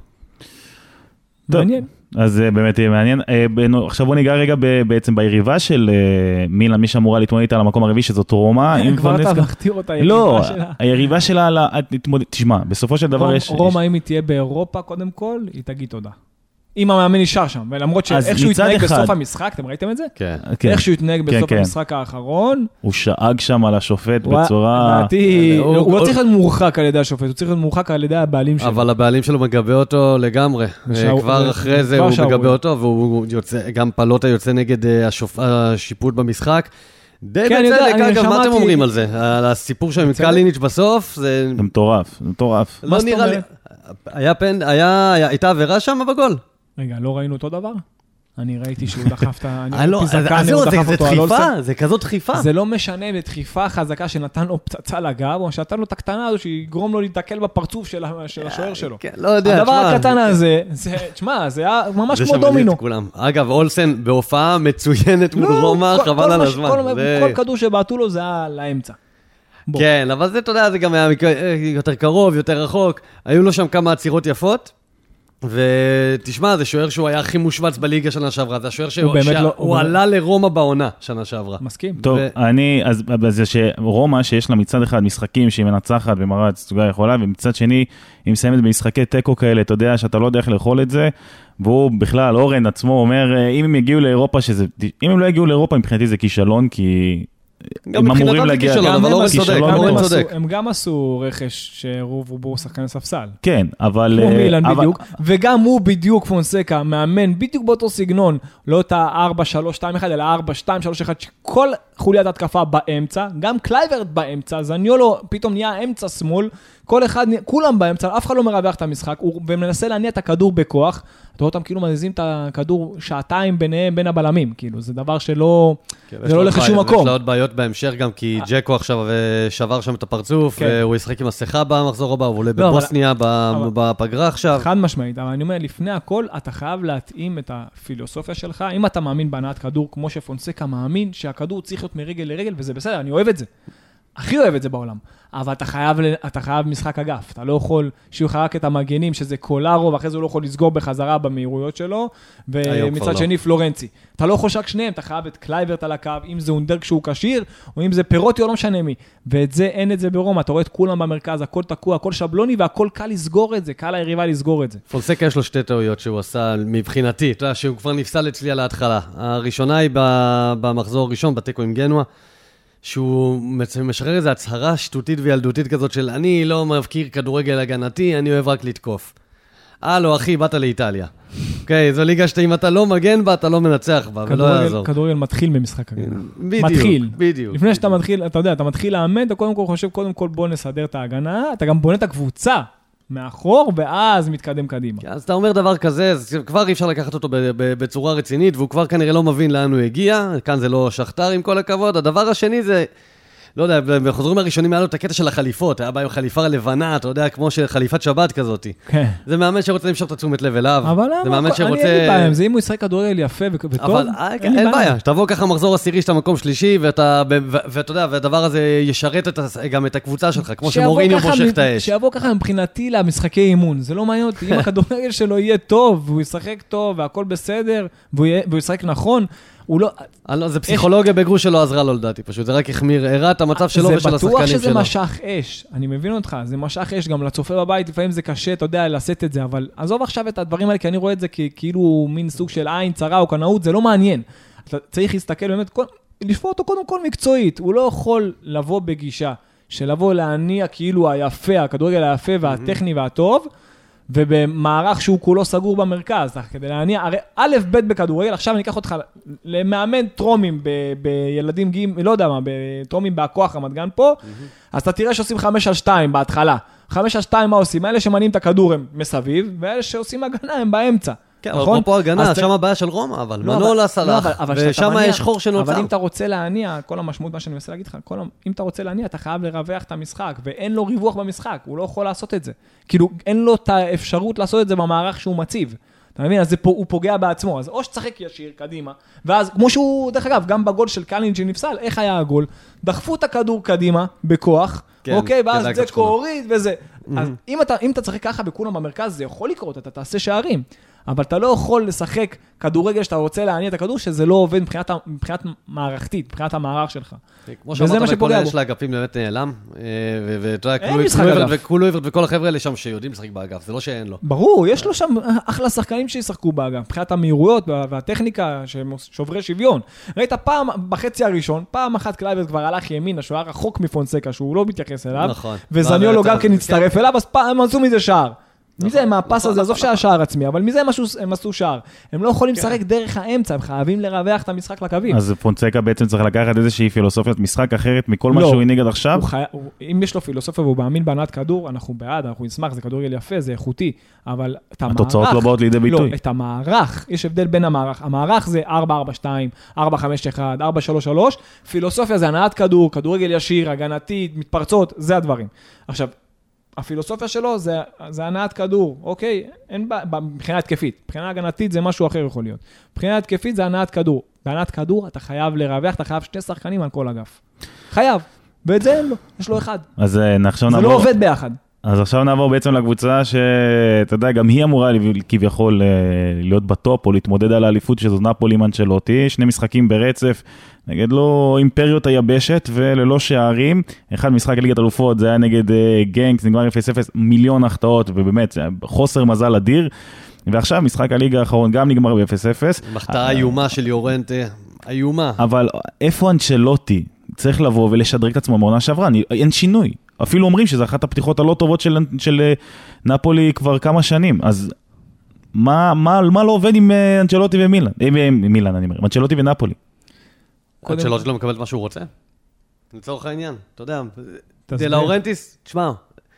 מעניין. אז זה באמת יהיה מעניין. עכשיו בוא ניגע רגע בעצם ביריבה של מילאן, מי שאמורה להתמודד איתה למקום הרביעי, שזאת רומא. כבר אתה מכתיר אותה, היריבה שלה. לא, היריבה שלה, תשמע, בסופו של דבר יש... רומא, אם היא תהיה באירופה קודם כל, היא תגיד תודה. אם המאמן נשאר שם, ולמרות שאיך שהוא התנהג בסוף המשחק, אתם ראיתם את זה? כן. איך שהוא התנהג בסוף המשחק האחרון. הוא שאג שם על השופט בצורה... הוא לא צריך להיות מורחק על ידי השופט, הוא צריך להיות מורחק על ידי הבעלים שלו. אבל הבעלים שלו מגבה אותו לגמרי. כבר אחרי זה הוא מגבה אותו, והוא יוצא, גם פלוטה יוצא נגד השיפוט במשחק. די בצדק, אגב, מה אתם אומרים על זה? על הסיפור שם עם קליניץ' בסוף, זה... זה מטורף, זה מטורף. לא נראה לי... היה פנד, הייתה עבירה שם בגול? רגע, לא ראינו אותו דבר? אני ראיתי שהוא דחף את ה... זה דחיפה, זה כזאת דחיפה. זה לא משנה בדחיפה חזקה שנתן לו פצצה לגב, או שנתן לו את הקטנה הזו שיגרום לו להתקל בפרצוף של השוער שלו. כן, לא יודע. הדבר הקטן הזה, תשמע, זה היה ממש כמו דומינו. אגב, אולסן בהופעה מצוינת מול רומא, חבל על הזמן. כל כדור שבעטו לו זה היה לאמצע. כן, אבל זה, אתה יודע, זה גם היה יותר קרוב, יותר רחוק. היו לו שם כמה עצירות יפות. ותשמע, זה שוער שהוא היה הכי מושבץ בליגה שנה שעברה, זה השוער שהוא עלה לרומא בעונה שנה שעברה. מסכים. טוב, אני, אז זה שרומא, שיש לה מצד אחד משחקים שהיא מנצחת ומראה סוגה יכולה, ומצד שני, היא מסיימת במשחקי טקו כאלה, אתה יודע שאתה לא יודע איך לאכול את זה, והוא בכלל, אורן עצמו אומר, אם הם יגיעו לאירופה, שזה, אם הם לא יגיעו לאירופה, מבחינתי זה כישלון, כי הם אמורים להגיע... הם גם עשו רכש שרוב רובו שחקני ספסל. כן, אבל... כמו מילן בדיוק, וגם הוא בדיוק פונסקה, מאמן בדיוק באותו סגנון, לא את ה-ארבע שלוש שתיים אחת, אלא ארבע שתיים שלוש אחת, שכל חוליית התקפה באמצע, גם קלייברט באמצע, זניולו פתאום נהיה אמצע שמאל, כל אחד, כולם באמצע, אף אחד לא מרווח את המשחק, הוא מנסה להניע את הכדור בכוח, אתה רואה אותם כאילו מזיזים את הכדור שעתיים ביניהם, בין הבלמים, כאילו, זה דבר שלא, זה לא הולך לשום מקום. יש לו עוד בעיות בהמשך גם, כי ג'קו עכשיו שבר שם את הפרצוף, והוא ישחק עם השיחה במחזור הבא, הוא עולה בבוסניה בפגרה עכשיו. חד משמעית, אבל אני אומר, לפני הכל, אתה חייב להתאים את הפילוסופיה שלך, אם אתה מאמין בהנעת כדור, כמו שפונסקה מאמין, שהכדור צריך להיות מרגל לרגל, וזה בסדר, אני אוהב את זה. הכי אוהב את זה בעולם. אבל אתה חייב, אתה חייב משחק אגף. אתה לא יכול שיהיו לך רק את המגנים, שזה קולארו, ואחרי זה הוא לא יכול לסגור בחזרה במהירויות שלו, ומצד שני לא. פלורנצי. אתה לא יכול שרק שניהם, אתה חייב את קלייברט על הקו, אם זה אונדר כשהוא קשיר, או אם זה פירוטי או לא משנה מי. ואת זה, אין את זה ברומא. אתה רואה את כולם במרכז, הכל תקוע, הכל שבלוני, והכל קל לסגור את זה, קל היריבה לסגור את זה. פונסקה יש לו שתי טעויות שהוא עשה מבחינתי, אתה יודע, שהוא כבר נפסל אצלי על ההתחלה. הראשונה היא במחזור הראשון, בתיקו עם גנואה, שהוא משחרר איזו הצהרה שטותית וילדותית כזאת של אני לא מבקיר כדורגל הגנתי, אני אוהב רק לתקוף. הלו, אחי, באת לאיטליה. אוקיי, זו ליגה שאתה, אם אתה לא מגן בה, אתה לא מנצח בה, ולא יעזור. כדורגל מתחיל במשחק הגנה. בדיוק, מתחיל. בדיוק. לפני שאתה מתחיל, אתה יודע, אתה מתחיל לאמן, אתה קודם כל חושב, קודם כל בוא נסדר את ההגנה, אתה גם בונה את הקבוצה מאחור, ואז מתקדם קדימה. אז אתה אומר דבר כזה, כבר אי אפשר לקחת אותו בצורה רצינית, והוא כבר כנראה לא מבין לאן הוא הגיע, כאן זה לא שכתר עם כל הכבוד. הדבר השני זה, לא יודע, בחוזרים הראשונים היה לו את הקטע של החליפות, היה בהם חליפה לבנה, אתה יודע, כמו חליפת שבת כזאת. כן. זה מאמן שרוצה למשוך את התשומת לב אליו. אבל אני אין לי בעיה, זה אם הוא ישחק כדורגל יפה וטוב, אבל אין בעיה, שתבוא ככה מחזור עשירי שאתה מקום שלישי, ואתה יודע, והדבר הזה ישרת גם את הקבוצה שלך, כמו שמוריניו מושך את האש. שיבוא ככה מבחינתי למשחקי אימון, זה לא מעניין אותי, אם הכדורגל שלו יהיה טוב, והוא ישחק טוב, והכל בסדר, והוא ישחק נכון, הוא לא... זה פסיכולוגיה בגרוש שלו עזרה לו לדעתי, פשוט זה רק החמיר, הראה את המצב שלו ושל השחקנים שלו. זה בטוח שזה משך אש, אני מבין אותך, זה משך אש, גם לצופה בבית, לפעמים זה קשה, אתה יודע, לשאת את זה, אבל עזוב עכשיו את הדברים האלה, כי אני רואה את זה כאילו מין סוג של עין, צרה או קנאות, זה לא מעניין. אתה צריך להסתכל באמת, לשפור אותו קודם כל מקצועית, הוא לא יכול לבוא בגישה, של לבוא להניע כאילו היפה, הכדורגל היפה והטכני והטוב, ובמערך שהוא כולו סגור במרכז, כדי להניע, הרי א' ב' בכדורגל, עכשיו אני אקח אותך למאמן טרומים ב- בילדים גאים, לא יודע מה, בטרומים בהכוח רמת גן פה, אז אתה תראה שעושים חמש על שתיים בהתחלה. חמש על שתיים מה עושים? אלה שמניעים את הכדור הם מסביב, ואלה שעושים הגנה הם באמצע. כן, אבל פה הגנה, שם הבעיה של רומא, אבל מנול הסלח, ושם יש חור שנוצר. אבל אם אתה רוצה להניע, כל המשמעות מה שאני מנסה להגיד לך, אם אתה רוצה להניע, אתה חייב לרווח את המשחק, ואין לו ריווח במשחק, הוא לא יכול לעשות את זה. כאילו, אין לו את האפשרות לעשות את זה במערך שהוא מציב. אתה מבין? אז הוא פוגע בעצמו, אז או שצחק ישיר קדימה, ואז כמו שהוא, דרך אגב, גם בגול של קלינג' שנפסל, איך היה הגול? דחפו את הכדור קדימה, בכוח, אוקיי, ואז זה קורית וזה. אז אם אתה צחק ככה בכולם במרכז, זה יכול לקרות, אתה תעשה שערים. אבל אתה לא יכול לשחק כדורגל שאתה רוצה להניע את הכדור, שזה לא עובד מבחינת, מבחינת מערכתית, מבחינת המערך שלך. כמו שאמרת, בכל העניין של האגפים באמת נעלם, ואתה יודע, כולו עברת וכל החבר'ה האלה שם שיודעים לשחק באגף, זה לא שאין לו. ברור, יש לו שם אחלה שחקנים שישחקו באגף, מבחינת המהירויות והטכניקה שהם שוברי שוויון. ראית פעם, בחצי הראשון, פעם אחת קלייברט כבר הלך ימינה, שהוא היה רחוק מפונסקה, שהוא לא מתייחס אליו, וזניולו גם כן הצטרף אליו, אז פעם עשו מזה שער. מי זה, מהפס הזה, עזוב שהיה שער עצמי, אבל מי זה הם עשו שער? הם לא יכולים לשחק דרך האמצע, הם חייבים לרווח את המשחק לקווים. אז פונסקה בעצם צריך לקחת איזושהי פילוסופיית משחק אחרת מכל מה שהוא הנהיג עד עכשיו? אם יש לו פילוסופיה והוא מאמין בהנעת כדור, אנחנו בעד, אנחנו נשמח, זה כדורגל יפה, זה איכותי, אבל את המערך... התוצאות לא באות לידי ביטוי. לא, את המערך, יש הבדל בין המערך. המערך זה ארבע ארבע שתיים, ארבע חמש אחת, ארבע שלוש שלוש, פילוסופיה זה הנעת כדור, כדורגל ישיר, הגנתית, מתפרצות, זה הדברים. עכשיו, הפילוסופיה שלו זה, זה הנעת כדור, אוקיי? אין בה, מבחינה התקפית. מבחינה הגנתית זה משהו אחר יכול להיות. מבחינה התקפית זה הנעת כדור. בהנעת כדור אתה חייב לרווח, אתה חייב שני שחקנים על כל אגף. חייב. ואת זה אין לו, יש לו אחד. אז עכשיו זה נעבור... לא עובד ביחד. אז עכשיו נעבור בעצם לקבוצה שאתה יודע, גם היא אמורה כביכול להיות בטופ או להתמודד על האליפות שזו נפולי עם אנצ'לוטי, שני משחקים ברצף, נגד לו אימפריות היבשת וללא שערים, אחד משחק ליגת אלופות, זה היה נגד גנק, זה נגמר אפס אפס, מיליון החטאות, ובאמת זה חוסר מזל אדיר, ועכשיו משחק הליגה האחרון גם נגמר ב-אפס אפס. מחטאה איומה של יורנטה, איומה. אבל איפה אנצ'לוטי? צריך לבוא ולשדרג את עצמו מעונה שעברה, אני, אין שינוי. אפילו אומרים שזה אחת הפתיחות הלא טובות של, של נפולי כבר כמה שנים, אז מה, מה, מה לא עובד עם אנצ'לוטי ומילאן? עם מילאן, אני אומר, אנצ'לוטי ונפולי. אנצ'לוטי לא מקבל את מה שהוא רוצה? לצורך העניין, אתה יודע, דה לאורנטיס, תשמע,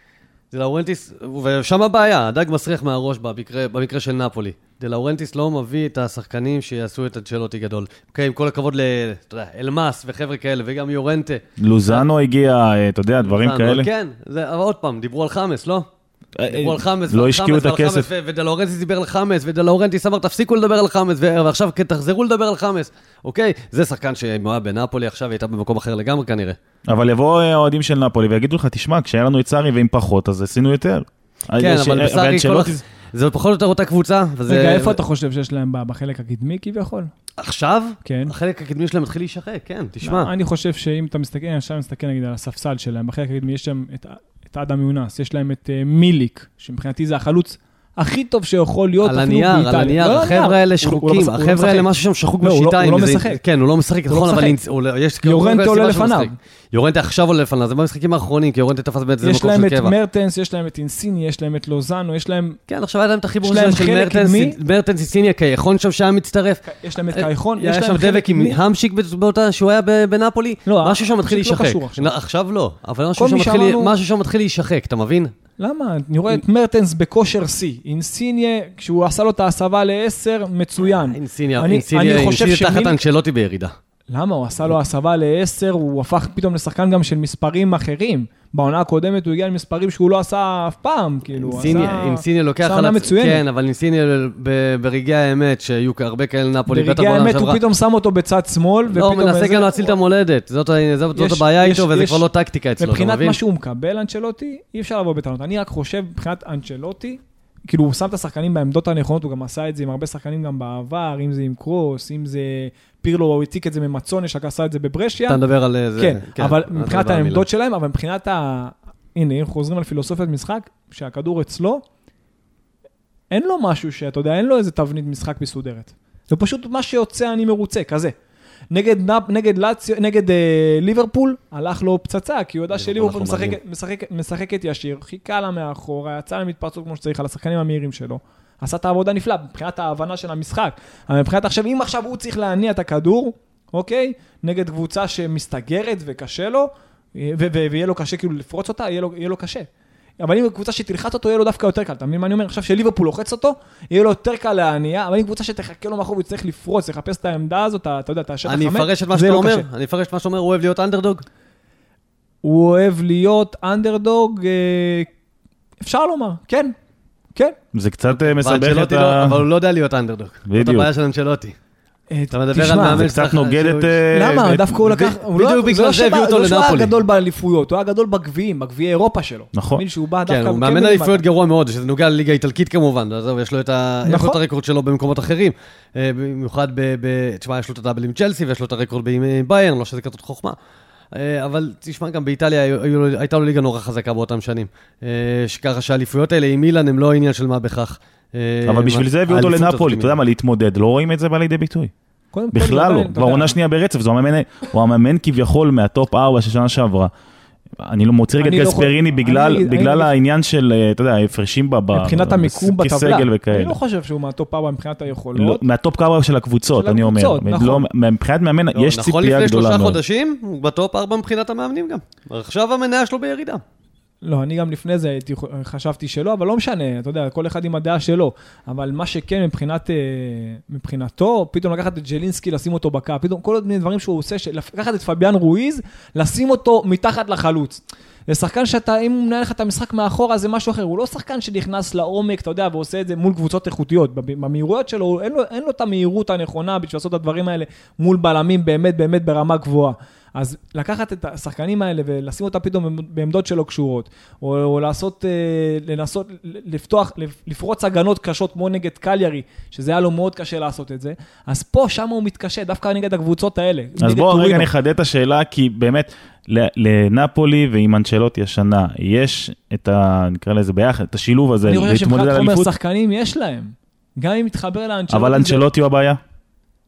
דה לאורנטיס, ושם הבעיה, הדג מסריח מהראש במקרה, במקרה של נפולי. דה לאורנטיס לא מביא את השחקנים שיעשו את אנצ'לוטי גדול. אוקיי, עם כל הכבוד ל, אתה יודע, אלמאס וחבר'ה כאלה, וגם יורנטה. לוזאנו הגיע, אתה יודע, דברים כאלה. כן, זה, אבל עוד פעם, דיברו על חמאס, לא? דיברו על חמאס, לא השקיעו את הכסף. ודה לאורנטיס דיבר על חמאס, ודה לאורנטיס אמר, תפסיקו לדבר על חמאס, ועכשיו תחזרו לדבר על חמאס. אוקיי? זה שחקן שמועה בנאפולי, עכשיו הייתה במקום אחר לגמרי כנראה. אבל יבואו האוהדים של נאפולי ויגידו לך, תשמע, כשהיה לנו את סארי ועם פחות, אז עשינו יותר. כן, אבל בסארי, זה פחות או יותר אותה קבוצה. רגע, איפה אתה חושב שיש להם בחלק הקדמי כביכול? עכשיו? כן. החלק הקדמי שלהם מתחיל להישחק, כן, תשמע. אני חושב שאם אתה מסתכל, עכשיו מסתכל נגיד על הספסל שלהם, בחלק הקדמי יש להם את אדם יונס, יש להם את מיליק, שמבחינתי זה החלוץ הכי טוב שיכול להיות אפילו באיטליה. על הנייר, על הנייר, החבר'ה האלה שחוקים, החבר'ה האלה משהו שם שחוק בשיטה. הוא לא משחק. כן, הוא לא משחק, נכון, אבל יורנטה עולה לפניו. יורנטה עכשיו עולה לפניו, זה במשחקים האחרונים, כי יורנטה תפס בעצם יש להם את מרטנס, יש להם את אינסיני, יש להם את לוזאנו, יש להם... כן, עכשיו היה להם את החיבור של מרטנס, מרטנס אינסיניה, קייחון שם שהיה מצטרף. יש להם את קייחון, יש שם דבק עם המשיק באותה שהוא היה בנאפולי, משהו שם מתחיל להישחק. עכשיו לא, אבל משהו שם מתחיל להישחק, אתה מבין? למה? אני רואה את מרטנס בכושר C. אינסיניה, כשהוא עשה לו את ההסבה ל-עשר, מצוין. אינסיניה, אינסיניה תחת אנצ'לוטי בירידה. למה? הוא עשה לו הסבה ל-עשר, הוא הפך פתאום לשחקן גם של מספרים אחרים. בעונה הקודמת הוא הגיע למספרים שהוא לא עשה אף פעם, כאילו, אינסיניה לוקח על מצוינת. כן, אבל אינסיניה ברגעי האמת, שהיו הרבה כאלה נאפולי, ברגעי האמת הוא פתאום שם אותו בצד שמאל, לא, הוא מנסה גם להציל את המולדת, זאת הבעיה איתו, וזה כבר לא טקטיקה אצלו, מבחינת מה שהוא מקבל, אנצ'לוטי, אי אפשר לבוא בטענות. אני רק חושב, מבחינת אנצ'לוטי, כאילו הוא שם את השחקנים בעמדות הנכונות, הוא גם עשה את זה עם הרבה שחקנים גם בעבר, אם זה עם קרוס, אם זה פירלו, הוא הציק את זה ממצון, יש רק עשה את זה בברשיה. אתה מדבר על זה. כן, כן, אבל מבחינת העמדות שלהם, אבל מבחינת ה... הנה, אנחנו חוזרים על פילוסופיית משחק, שהכדור אצלו, אין לו משהו שאתה יודע, אין לו איזה תבנית משחק מסודרת. זה פשוט מה שיוצא אני מרוצה, כזה. נגד נאפ, נגד לציו, נגד אה, ליברפול, הלך לו פצצה, כי הוא יודע שליברפול משחק, משחק, משחקת ישיר, חיכה לה מאחור, יצא למתפרצות כמו שצריך, על השחקנים המהירים שלו, עשה את העבודה נפלאה, מבחינת ההבנה של המשחק. אבל מבחינת עכשיו, אם עכשיו הוא צריך להניע את הכדור, אוקיי, נגד קבוצה שמסתגרת וקשה לו, ויהיה לו קשה כאילו לפרוץ אותה, יהיה לו, יהיה לו קשה. אבל אם קבוצה שתלחץ אותו, יהיה לו דווקא יותר קל. אתה מבין מה אני אומר? עכשיו שליברפול לוחץ אותו, יהיה לו יותר קל להניע, אבל אם קבוצה שתחכה לו מאחור וצריך לפרוץ, לחפש את העמדה הזאת, אתה יודע, אתה השטח חמש, אני אפרש את מה שאתה אומר, אני אפרש את מה שאתה אומר, הוא אוהב להיות אנדרדוג? הוא אוהב להיות אנדרדוג, אפשר לומר, כן, כן. זה קצת מסבך את ה... אבל הוא לא יודע להיות אנדרדוג. זאת הבעיה של אנצ'לוטי. אתה מדבר על מאמן קצת נוגד את... למה? דווקא הוא לקח... בדיוק בגלל זה הביאו אותו לנאפולי. הוא לא היה גדול באליפויות, הוא היה גדול בגביעים, בגביעי אירופה שלו. נכון. כן, הוא מאמן אליפויות גרוע מאוד, שזה נוגע לליגה האיטלקית כמובן, יש לו את הרקורד שלו במקומות אחרים, במיוחד ב... תשמע, יש לו את הדאבל עם צ'לסי, ויש לו את הרקורד עם ביירן, לא שזה כתות חוכמה. אבל תשמע, גם באיטליה הייתה לו ליגה נורא חזקה באותם שנים. שככה שהאליפויות האלה עם מילאן הם לא עניין של מה בכך. אבל בשביל זה הביאו אותו לנאפולי, אתה יודע מה, להתמודד, לא רואים את זה בא לידי ביטוי. בכלל לא, כבר עונה שנייה ברצף, הוא המאמן כביכול מהטופ ארבע של שנה שעברה. אני לא מוציא רגע את גספריני בגלל העניין של, אתה יודע, הפרשים מבחינת המיקום בטבלה. אני לא חושב שהוא מהטופ ארבע מבחינת היכולות. מהטופ ארבע של הקבוצות, אני אומר. מבחינת מאמן, יש ציפייה גדולה מאוד. נכון, לפני שלושה חודשים, הוא בטופ ארבע מבחינת המאמנים גם. עכשיו המניה שלו בירידה. לא, אני גם לפני זה חשבתי שלא, אבל לא משנה, אתה יודע, כל אחד עם הדעה שלו. אבל מה שכן מבחינת, מבחינתו, פתאום לקחת את ג'לינסקי, לשים אותו בקה, פתאום כל מיני דברים שהוא עושה, לקחת את פביאן רואיז, לשים אותו מתחת לחלוץ. זה שחקן שאתה, אם הוא מנהל לך את המשחק מאחורה, זה משהו אחר. הוא לא שחקן שנכנס לעומק, אתה יודע, ועושה את זה מול קבוצות איכותיות. במהירויות שלו, אין לו, אין לו את המהירות הנכונה בשביל לעשות את הדברים האלה מול בלמים באמת, באמת ברמה גבוהה. אז לקחת את השחקנים האלה ולשים אותה פתאום בעמדות שלו קשורות, או, או לעשות, לנסות, לפתוח, לפרוץ הגנות קשות כמו נגד קליירי, שזה היה לו מאוד קשה לעשות את זה, אז פה שם הוא מתקשה, דווקא נגד הקבוצות האלה. אז בואו רגע נחדד את השאלה, כי באמת לנאפולי ועם אנצ'לוטי השנה, יש את ה, נקרא לזה ביחד, את השילוב הזה. אני רואה שמחד חומר שחקנים יש להם, גם אם מתחבר לאנצ'לוטי. אבל אנצ'לוטי הוא הבעיה?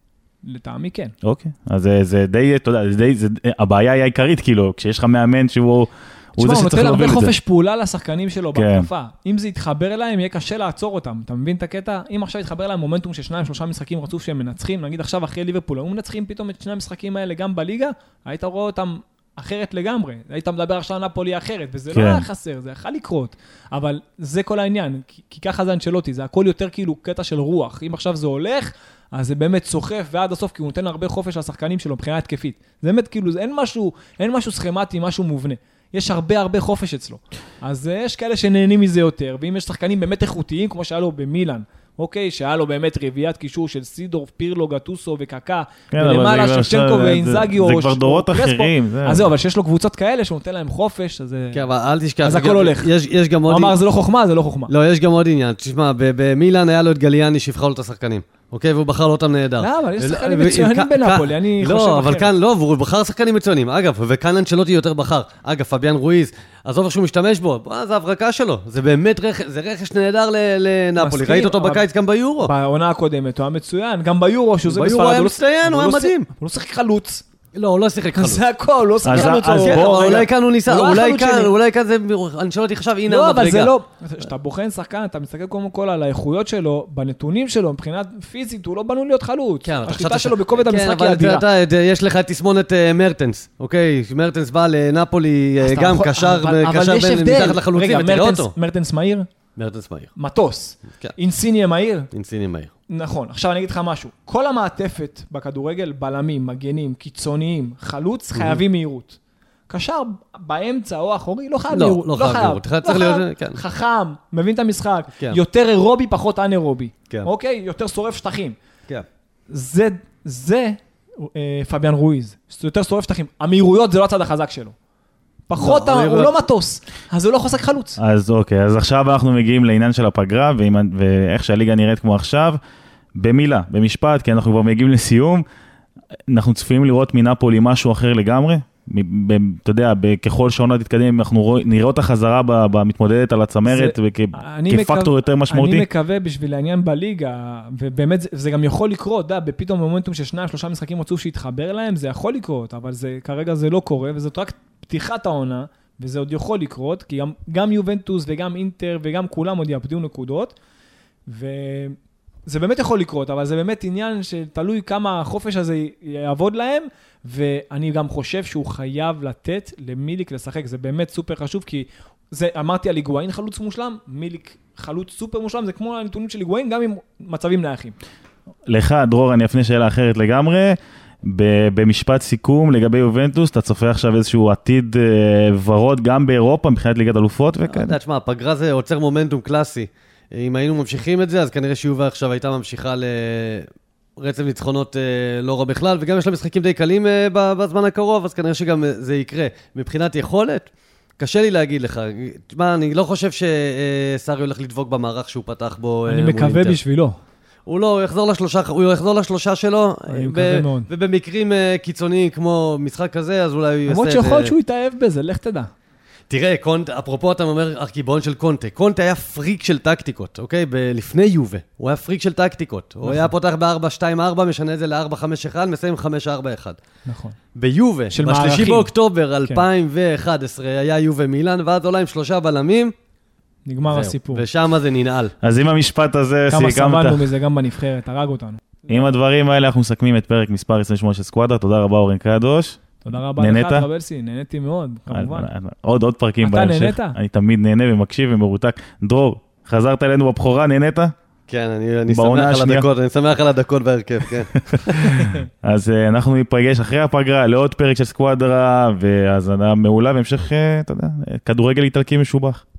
לטעמי כן. אוקיי, אז זה, זה די, אתה יודע, זה די, זה, הבעיה היא העיקרית, כאילו, כשיש לך מאמן שהוא, הוא זה שצריך להוביל את זה. הוא נותן הרבה חופש פעולה לשחקנים שלו בהתקפה. אם זה יתחבר אליהם, יהיה קשה לעצור אותם. אתה מבין את הקטע? אם עכשיו יתחבר להם מומנטום של שניים, שלושה משחקים רצוף שהם מנצחים, נגיד עכשיו אחרי ליברפול, הם מנצחים פתאום את שני המשחקים האלה גם בליגה, היית רואה אותם אחרת לגמרי. היית מדבר עכשיו נפולי אחרת, וזה לא היה חסר, זה יכול לקרות. אבל זה כל העניין, כי ככה זה אנצ'לוטי, זה הכל יותר כאילו קטע של רוח. אם עכשיו זה הולך, אז זה באמת סוחף ועד הסוף, כי הוא נותן הרבה חופש לשחקנים שלו מבחינה התקפית. זה באמת כאילו, אין משהו, אין משהו סכמטי, משהו מובנה. יש הרבה הרבה חופש אצלו. אז יש כאלה שנהנים מזה יותר, ואם יש שחקנים באמת איכותיים, כמו שהיה לו במילאן, אוקיי, שהיה לו באמת רביעיית קישור של סידורף, פירלו, גטוסו וקקה, ולמעלה שפצ'נקו ואינזאגי, זה כבר דורות אחרים. אז זהו, אבל שיש לו קבוצות כאלה שהוא נותן להם חופש, אז אל תשכח. אז הכל הולך. הוא אמר, זה לא חוכמה, זה לא חוכמה. לא, יש גם עוד עניין. תשמע, במילאן היה לו את גליאני שיבחר לו את השחקנים. אוקיי, והוא בחר לו אותם נהדר. לא, אבל יש שחקנים מצוינים בנאפולי, אני חושב אחרת. לא, אבל כאן לא, והוא בחר שחקנים מצוינים. אגב, וכאן אנצ'לוטי יותר בחר. אגב, פביאן רויז, עזוב שהוא משתמש בו, זה הברקה שלו. זה באמת רכש, זה רכש נהדר לנאפולי. ראית אותו בקיץ גם ביורו. בעונה הקודמת, הוא היה מצוין, גם ביורו, שהוא זה בספרד. ביורו היה מצוין, הוא היה מדהים. הוא לא שיחק חלוץ. לא, הוא לא שיחק חלוץ. זה הכל, לא שיחק חלוץ. אולי כאן הוא ניסה, אולי כאן זה, אנצ'לוטי חשב, הנה המדרגה. לא, אבל זה לא, כשאתה בוחן שחקן, אתה מסתכל קודם כל על האיכויות שלו, בנתונים שלו, מבחינת פיזית, הוא לא בנו להיות חלוץ. השליטה שלו בכובד המשחק היא אדירה. יש לך את תסמונת מרטנס, אוקיי? מרטנס בא לנאפולי, גם קשר מתחת לחלוצים, ותראה אותו. מרטנס מהיר? מרטנס מהיר. מטוס. אינסיניה מהיר? אינסיניה מהיר. נכון. עכשיו אני אגיד לך משהו. כל המעטפת בכדורגל, בלמים, מגנים, קיצוניים, חלוץ, חייבים מהירות. קשר באמצע או אחורי, לא חייב מהירות. לא חייב. חכם, מבין את המשחק. יותר אירובי, פחות אנאירובי. אוקיי? יותר שורף שטחים. זה, זה פביאן רויז. יותר שורף שטחים. המהירויות זה לא הצד החזק שלו. פחות, הוא לא מטוס, אז הוא לא חוסק חלוץ. אז אוקיי, אז עכשיו אנחנו מגיעים לעניין של הפגרה, ואיך שהליגה נראית כמו עכשיו, במילה, במשפט, כי אנחנו כבר מגיעים לסיום, אנחנו צפויים לראות מנאפולי משהו אחר לגמרי, אתה יודע, ככל שעונה תתקדם, אנחנו נראה אותה חזרה במתמודדת על הצמרת, כפקטור יותר משמעותי. אני מקווה בשביל העניין בליגה, ובאמת זה גם יכול לקרות, בפתאום מומנטום של שניים, שלושה משחקים רצוף שהתחבר להם, זה יכול לקרות, אבל כרגע זה לא קורה, וזאת רק פתיחת העונה, וזה עוד יכול לקרות, כי גם, גם יובנטוס וגם אינטר וגם כולם עוד יאבדו נקודות, וזה באמת יכול לקרות, אבל זה באמת עניין שתלוי כמה החופש הזה יעבוד להם, ואני גם חושב שהוא חייב לתת למיליק לשחק, זה באמת סופר חשוב, כי זה, אמרתי על היגואין חלוץ מושלם, מיליק חלוץ סופר מושלם, זה כמו הנתונים של היגואין, גם עם מצבים נייחים. לך, דרור, אני אפנה שאלה אחרת לגמרי, במשפט סיכום לגבי יובנטוס, אתה צופה עכשיו איזשהו עתיד ורוד גם באירופה מבחינת ליגת אלופות וכאלה? אתה תשמע, הפגרה זה עוצר מומנטום קלאסי. אם היינו ממשיכים את זה, אז כנראה שיובה עכשיו הייתה ממשיכה לרצף ניצחונות לא רע בכלל, וגם יש לה משחקים די קלים בזמן הקרוב, אז כנראה שגם זה יקרה. מבחינת יכולת, קשה לי להגיד לך. תשמע, אני לא חושב שסארי הולך לדבוק במערך שהוא פתח בו. אני מקווה בשבילו. הוא לא, הוא יחזור לשלושה, הוא יחזור לשלושה שלו, ובמקרים קיצוניים כמו משחק כזה, אז אולי הוא יעשה את זה. למרות שיכול שהוא יתאהב בזה, לך תדע. תראה, אפרופו אתה אומר הקיבעון של קונטה, קונטה היה פריק של טקטיקות, אוקיי? לפני יובה, הוא היה פריק של טקטיקות. הוא היה פותח ב-ארבע שתיים ארבע, משנה את זה ל-ארבע חמש אחת, מסיים חמש ארבע אחת. נכון. ביובה, בשלישי באוקטובר אלפיים ואחת עשרה, היה יובה מילאן, ואז עולה עם שלושה בלמים, נגמר הסיפור. ושם זה ננעל. אז עם המשפט הזה כמה סבלנו מזה גם בנבחרת, הרג אותנו. עם הדברים האלה אנחנו מסכמים את פרק מספר עשרים ושמונה של סקואדרה. תודה רבה אורן קדוש. תודה רבה לך טרבלסי, נהניתי מאוד, כמובן. עוד עוד פרקים בהמשך. אתה נהנית? אני תמיד נהנה ומקשיב ומרותק. דרור, חזרת אלינו בבחורה, נהנית? כן, אני שמח על הדקות, אני שמח על הדקות בהרכב, כן. אז אנחנו ניפגש אחרי הפגרה לעוד פרק של סקואדרה, ואז מעולה והמשך, אתה יודע, כדורגל איטלקי משובח.